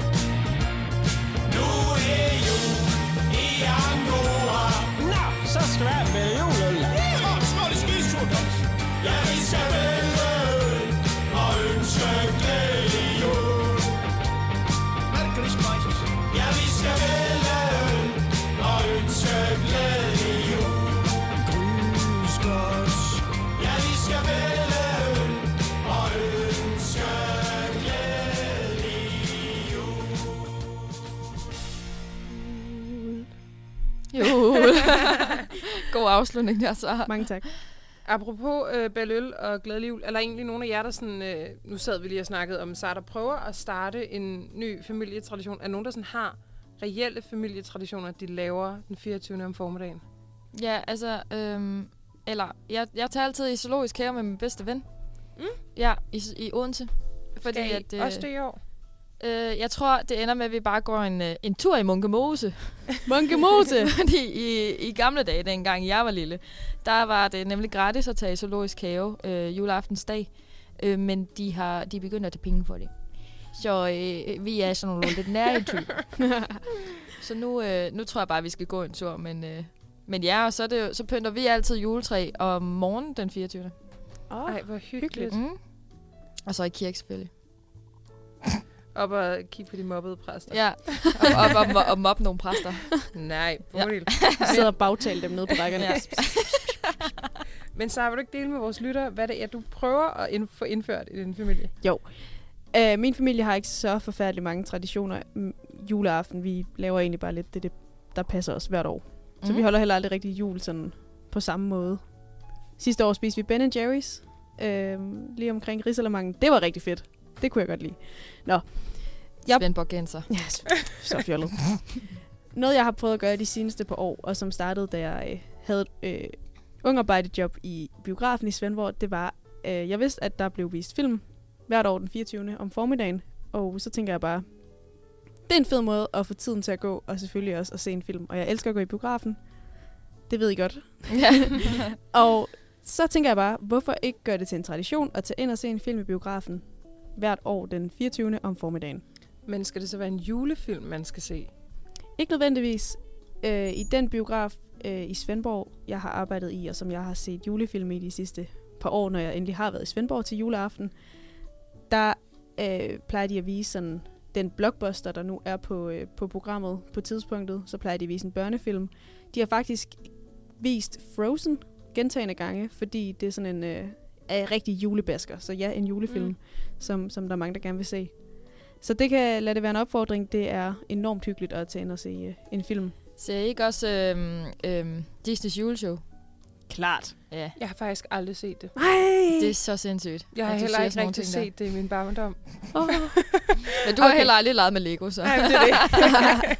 Nu er det jul i Angora. Nå, så skal vi have med juleøl. Skål i skidesturkons. Ja, vi skal vælge øl og ønske glædelig jul. Hvad er det, Chris Michaels? Ja, vi skal vælge øl og ønske glædelig jul. Grysgårds. Ja, vi skal vælge øl og ønske glædelig jul. Jul. God afslutning der, så. Mange tak. Apropos Belløl og glædelig jul, er der egentlig nogen af jer, der sådan... nu sad vi lige og snakkede om Sara, der prøver at starte en ny familietradition. Er nogen, der sådan har reelle familietraditioner, de laver den 24. om formiddagen? Ja, altså, jeg tager altid i zoologisk have med min bedste ven. Mm. Ja, i Odense. Fordi Skal I også det i år? Jeg tror, det ender med, at vi bare går en tur i Munkemose. Munkemose! Fordi i gamle dage, dengang jeg var lille, der var det nemlig gratis at tage i zoologisk have juleaftensdag. Men de er begyndt at tage penge for det. Så vi er sådan nogle lidt nære typer. Så nu tror jeg bare, at vi skal gå en tur. Men ja, og så pynter vi altid juletræ om morgenen den 24. Ej, hvor hyggeligt. Mm. Og så i kirke selvfølgelig. Op og kigge på de mobbede præster. Ja, og mobbe nogle præster. Nej, Bodil. Sidder og bagtale dem nede på rækkerne. Ja. Men Sara, vil du ikke dele med vores lyttere, hvad det er, du prøver at få indført i din familie? Jo. Min familie har ikke så forfærdeligt mange traditioner. Juleaften, vi laver egentlig bare lidt det der passer os hvert år. Så vi holder heller aldrig rigtig jul sådan på samme måde. Sidste år spiste vi Ben & Jerry's. lige omkring Ridsalermangen. Det var rigtig fedt. Det kunne jeg godt lide. Nå. Svendborgenser. Ja, så fjollet. Noget, jeg har prøvet at gøre de seneste par år, og som startede, da jeg havde et ungarbejdejob i biografen i Svendborg, det var, jeg vidste, at der blev vist film hvert år den 24. om formiddagen, og så tænker jeg bare, det er en fed måde at få tiden til at gå, og selvfølgelig også at se en film. Og jeg elsker at gå i biografen. Det ved I godt. Ja. Og så tænker jeg bare, hvorfor ikke gøre det til en tradition at tage ind og se en film i biografen hvert år den 24. om formiddagen. Men skal det så være en julefilm, man skal se? Ikke nødvendigvis. I den biograf i Svendborg, jeg har arbejdet i, og som jeg har set julefilm i de sidste par år, når jeg endelig har været i Svendborg til juleaften, der plejer de at vise sådan den blockbuster, der nu er på programmet på tidspunktet. Så plejer de at vise en børnefilm. De har faktisk vist Frozen gentagne gange, fordi det er sådan en rigtig julebasker. Så ja, en julefilm, som der er mange, der gerne vil se. Så det kan lade det være en opfordring. Det er enormt hyggeligt at tage ind og se en film. Ser I ikke også Disneys juleshow? Klart. Ja. Jeg har faktisk aldrig set det. Nej! Det er så sindssygt. Jeg har at du heller siger ikke sådan nogle rigtig ting der. set det i min barndom. Men du har heller aldrig leget med Lego, så. Nej, det er det.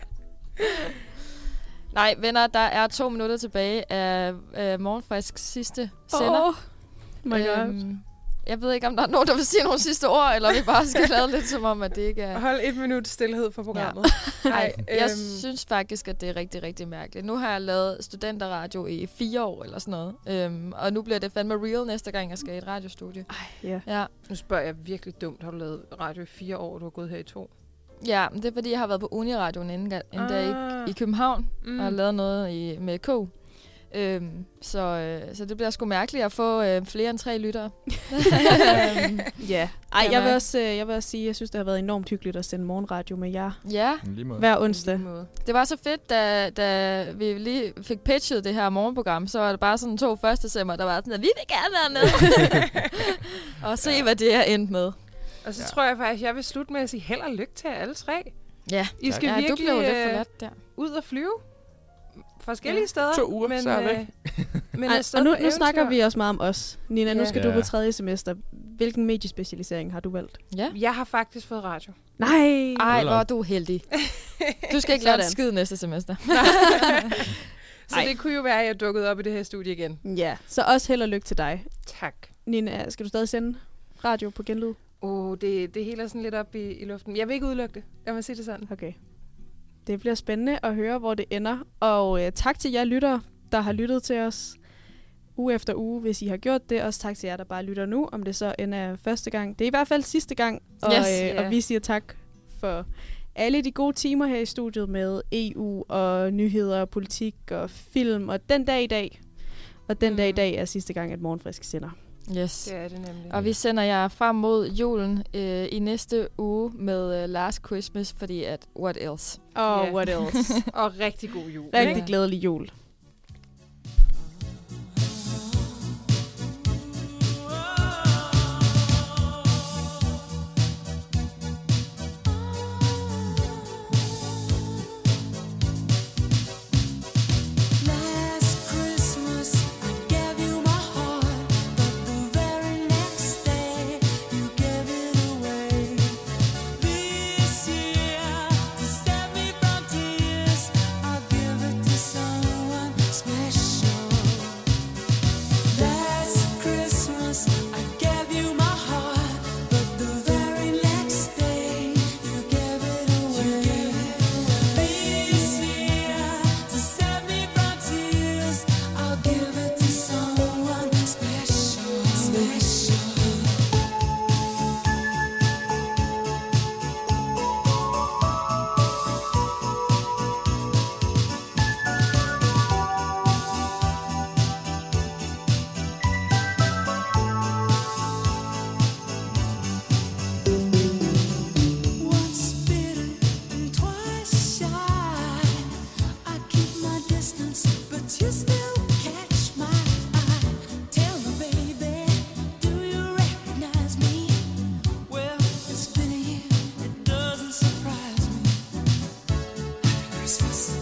Nej, venner, der er 2 minutter tilbage af Morgenfrisk sidste sender. My God. Jeg ved ikke, om der er nogen, der vil sige nogle sidste ord, eller vi bare skal lade lidt som om, at det ikke er... Hold 1 minut stillhed for programmet. Ja. Ej, jeg synes faktisk, at det er rigtig, rigtig mærkeligt. Nu har jeg lavet studenterradio i 4 år eller sådan noget. Og nu bliver det fandme real næste gang, jeg skal i et radiostudie. Ja. Nu spørger jeg virkelig dumt. Har du lavet radio i 4 år, og du har gået her i 2? Ja, det er fordi, jeg har været på Uniradioen inden der i København, og har lavet noget med K. Så det bliver sgu mærkeligt at få flere end 3 lyttere. Ja. Ej, jeg vil også sige, at jeg synes, det har været enormt hyggeligt at sende morgenradio med jer. Ja. Hver onsdag. Det var så fedt, da vi lige fik pitchet det her morgenprogram, så var det bare sådan 2 første semmer, der var sådan, at vi vil gerne være med. Og se, hvad det er endt med. Og så tror jeg faktisk, jeg vil slutte med at sige held og lykke til alle 3. Ja. I skal du blev virkelig lidt forladt der. Ud og flyve. Forskellige steder. 2 uger, men, så er jeg men og nu snakker vi også meget om os. Nina, nu skal du på 3. semester. Hvilken mediespecialisering har du valgt? Ja. Jeg har faktisk fået radio. Nej! Ej, hvor er du heldig. Du skal ikke lade et skid næste semester. Så det kunne jo være, at jeg dukkede op i det her studie igen. Ja, så også held og lykke til dig. Tak. Nina, skal du stadig sende radio på genlyd? Det hele er sådan lidt op i luften. Jeg vil ikke udelukke det. Jeg må sige det sådan. Okay. Det bliver spændende at høre, hvor det ender. Og tak til jer lyttere, der har lyttet til os uge efter uge, hvis I har gjort det. Også tak til jer, der bare lytter nu, om det så ender første gang. Det er i hvert fald sidste gang. Og vi siger tak for alle de gode timer her i studiet med EU og nyheder, politik og film. Og den dag i dag. Og den dag i dag er sidste gang, at Morgenfrisk sender. Yes. Det er det nemlig. Og vi sender jer frem mod julen i næste uge med Last Christmas, fordi at what else? What else? Og rigtig god jul. Rigtig glædelig jul. Christmas.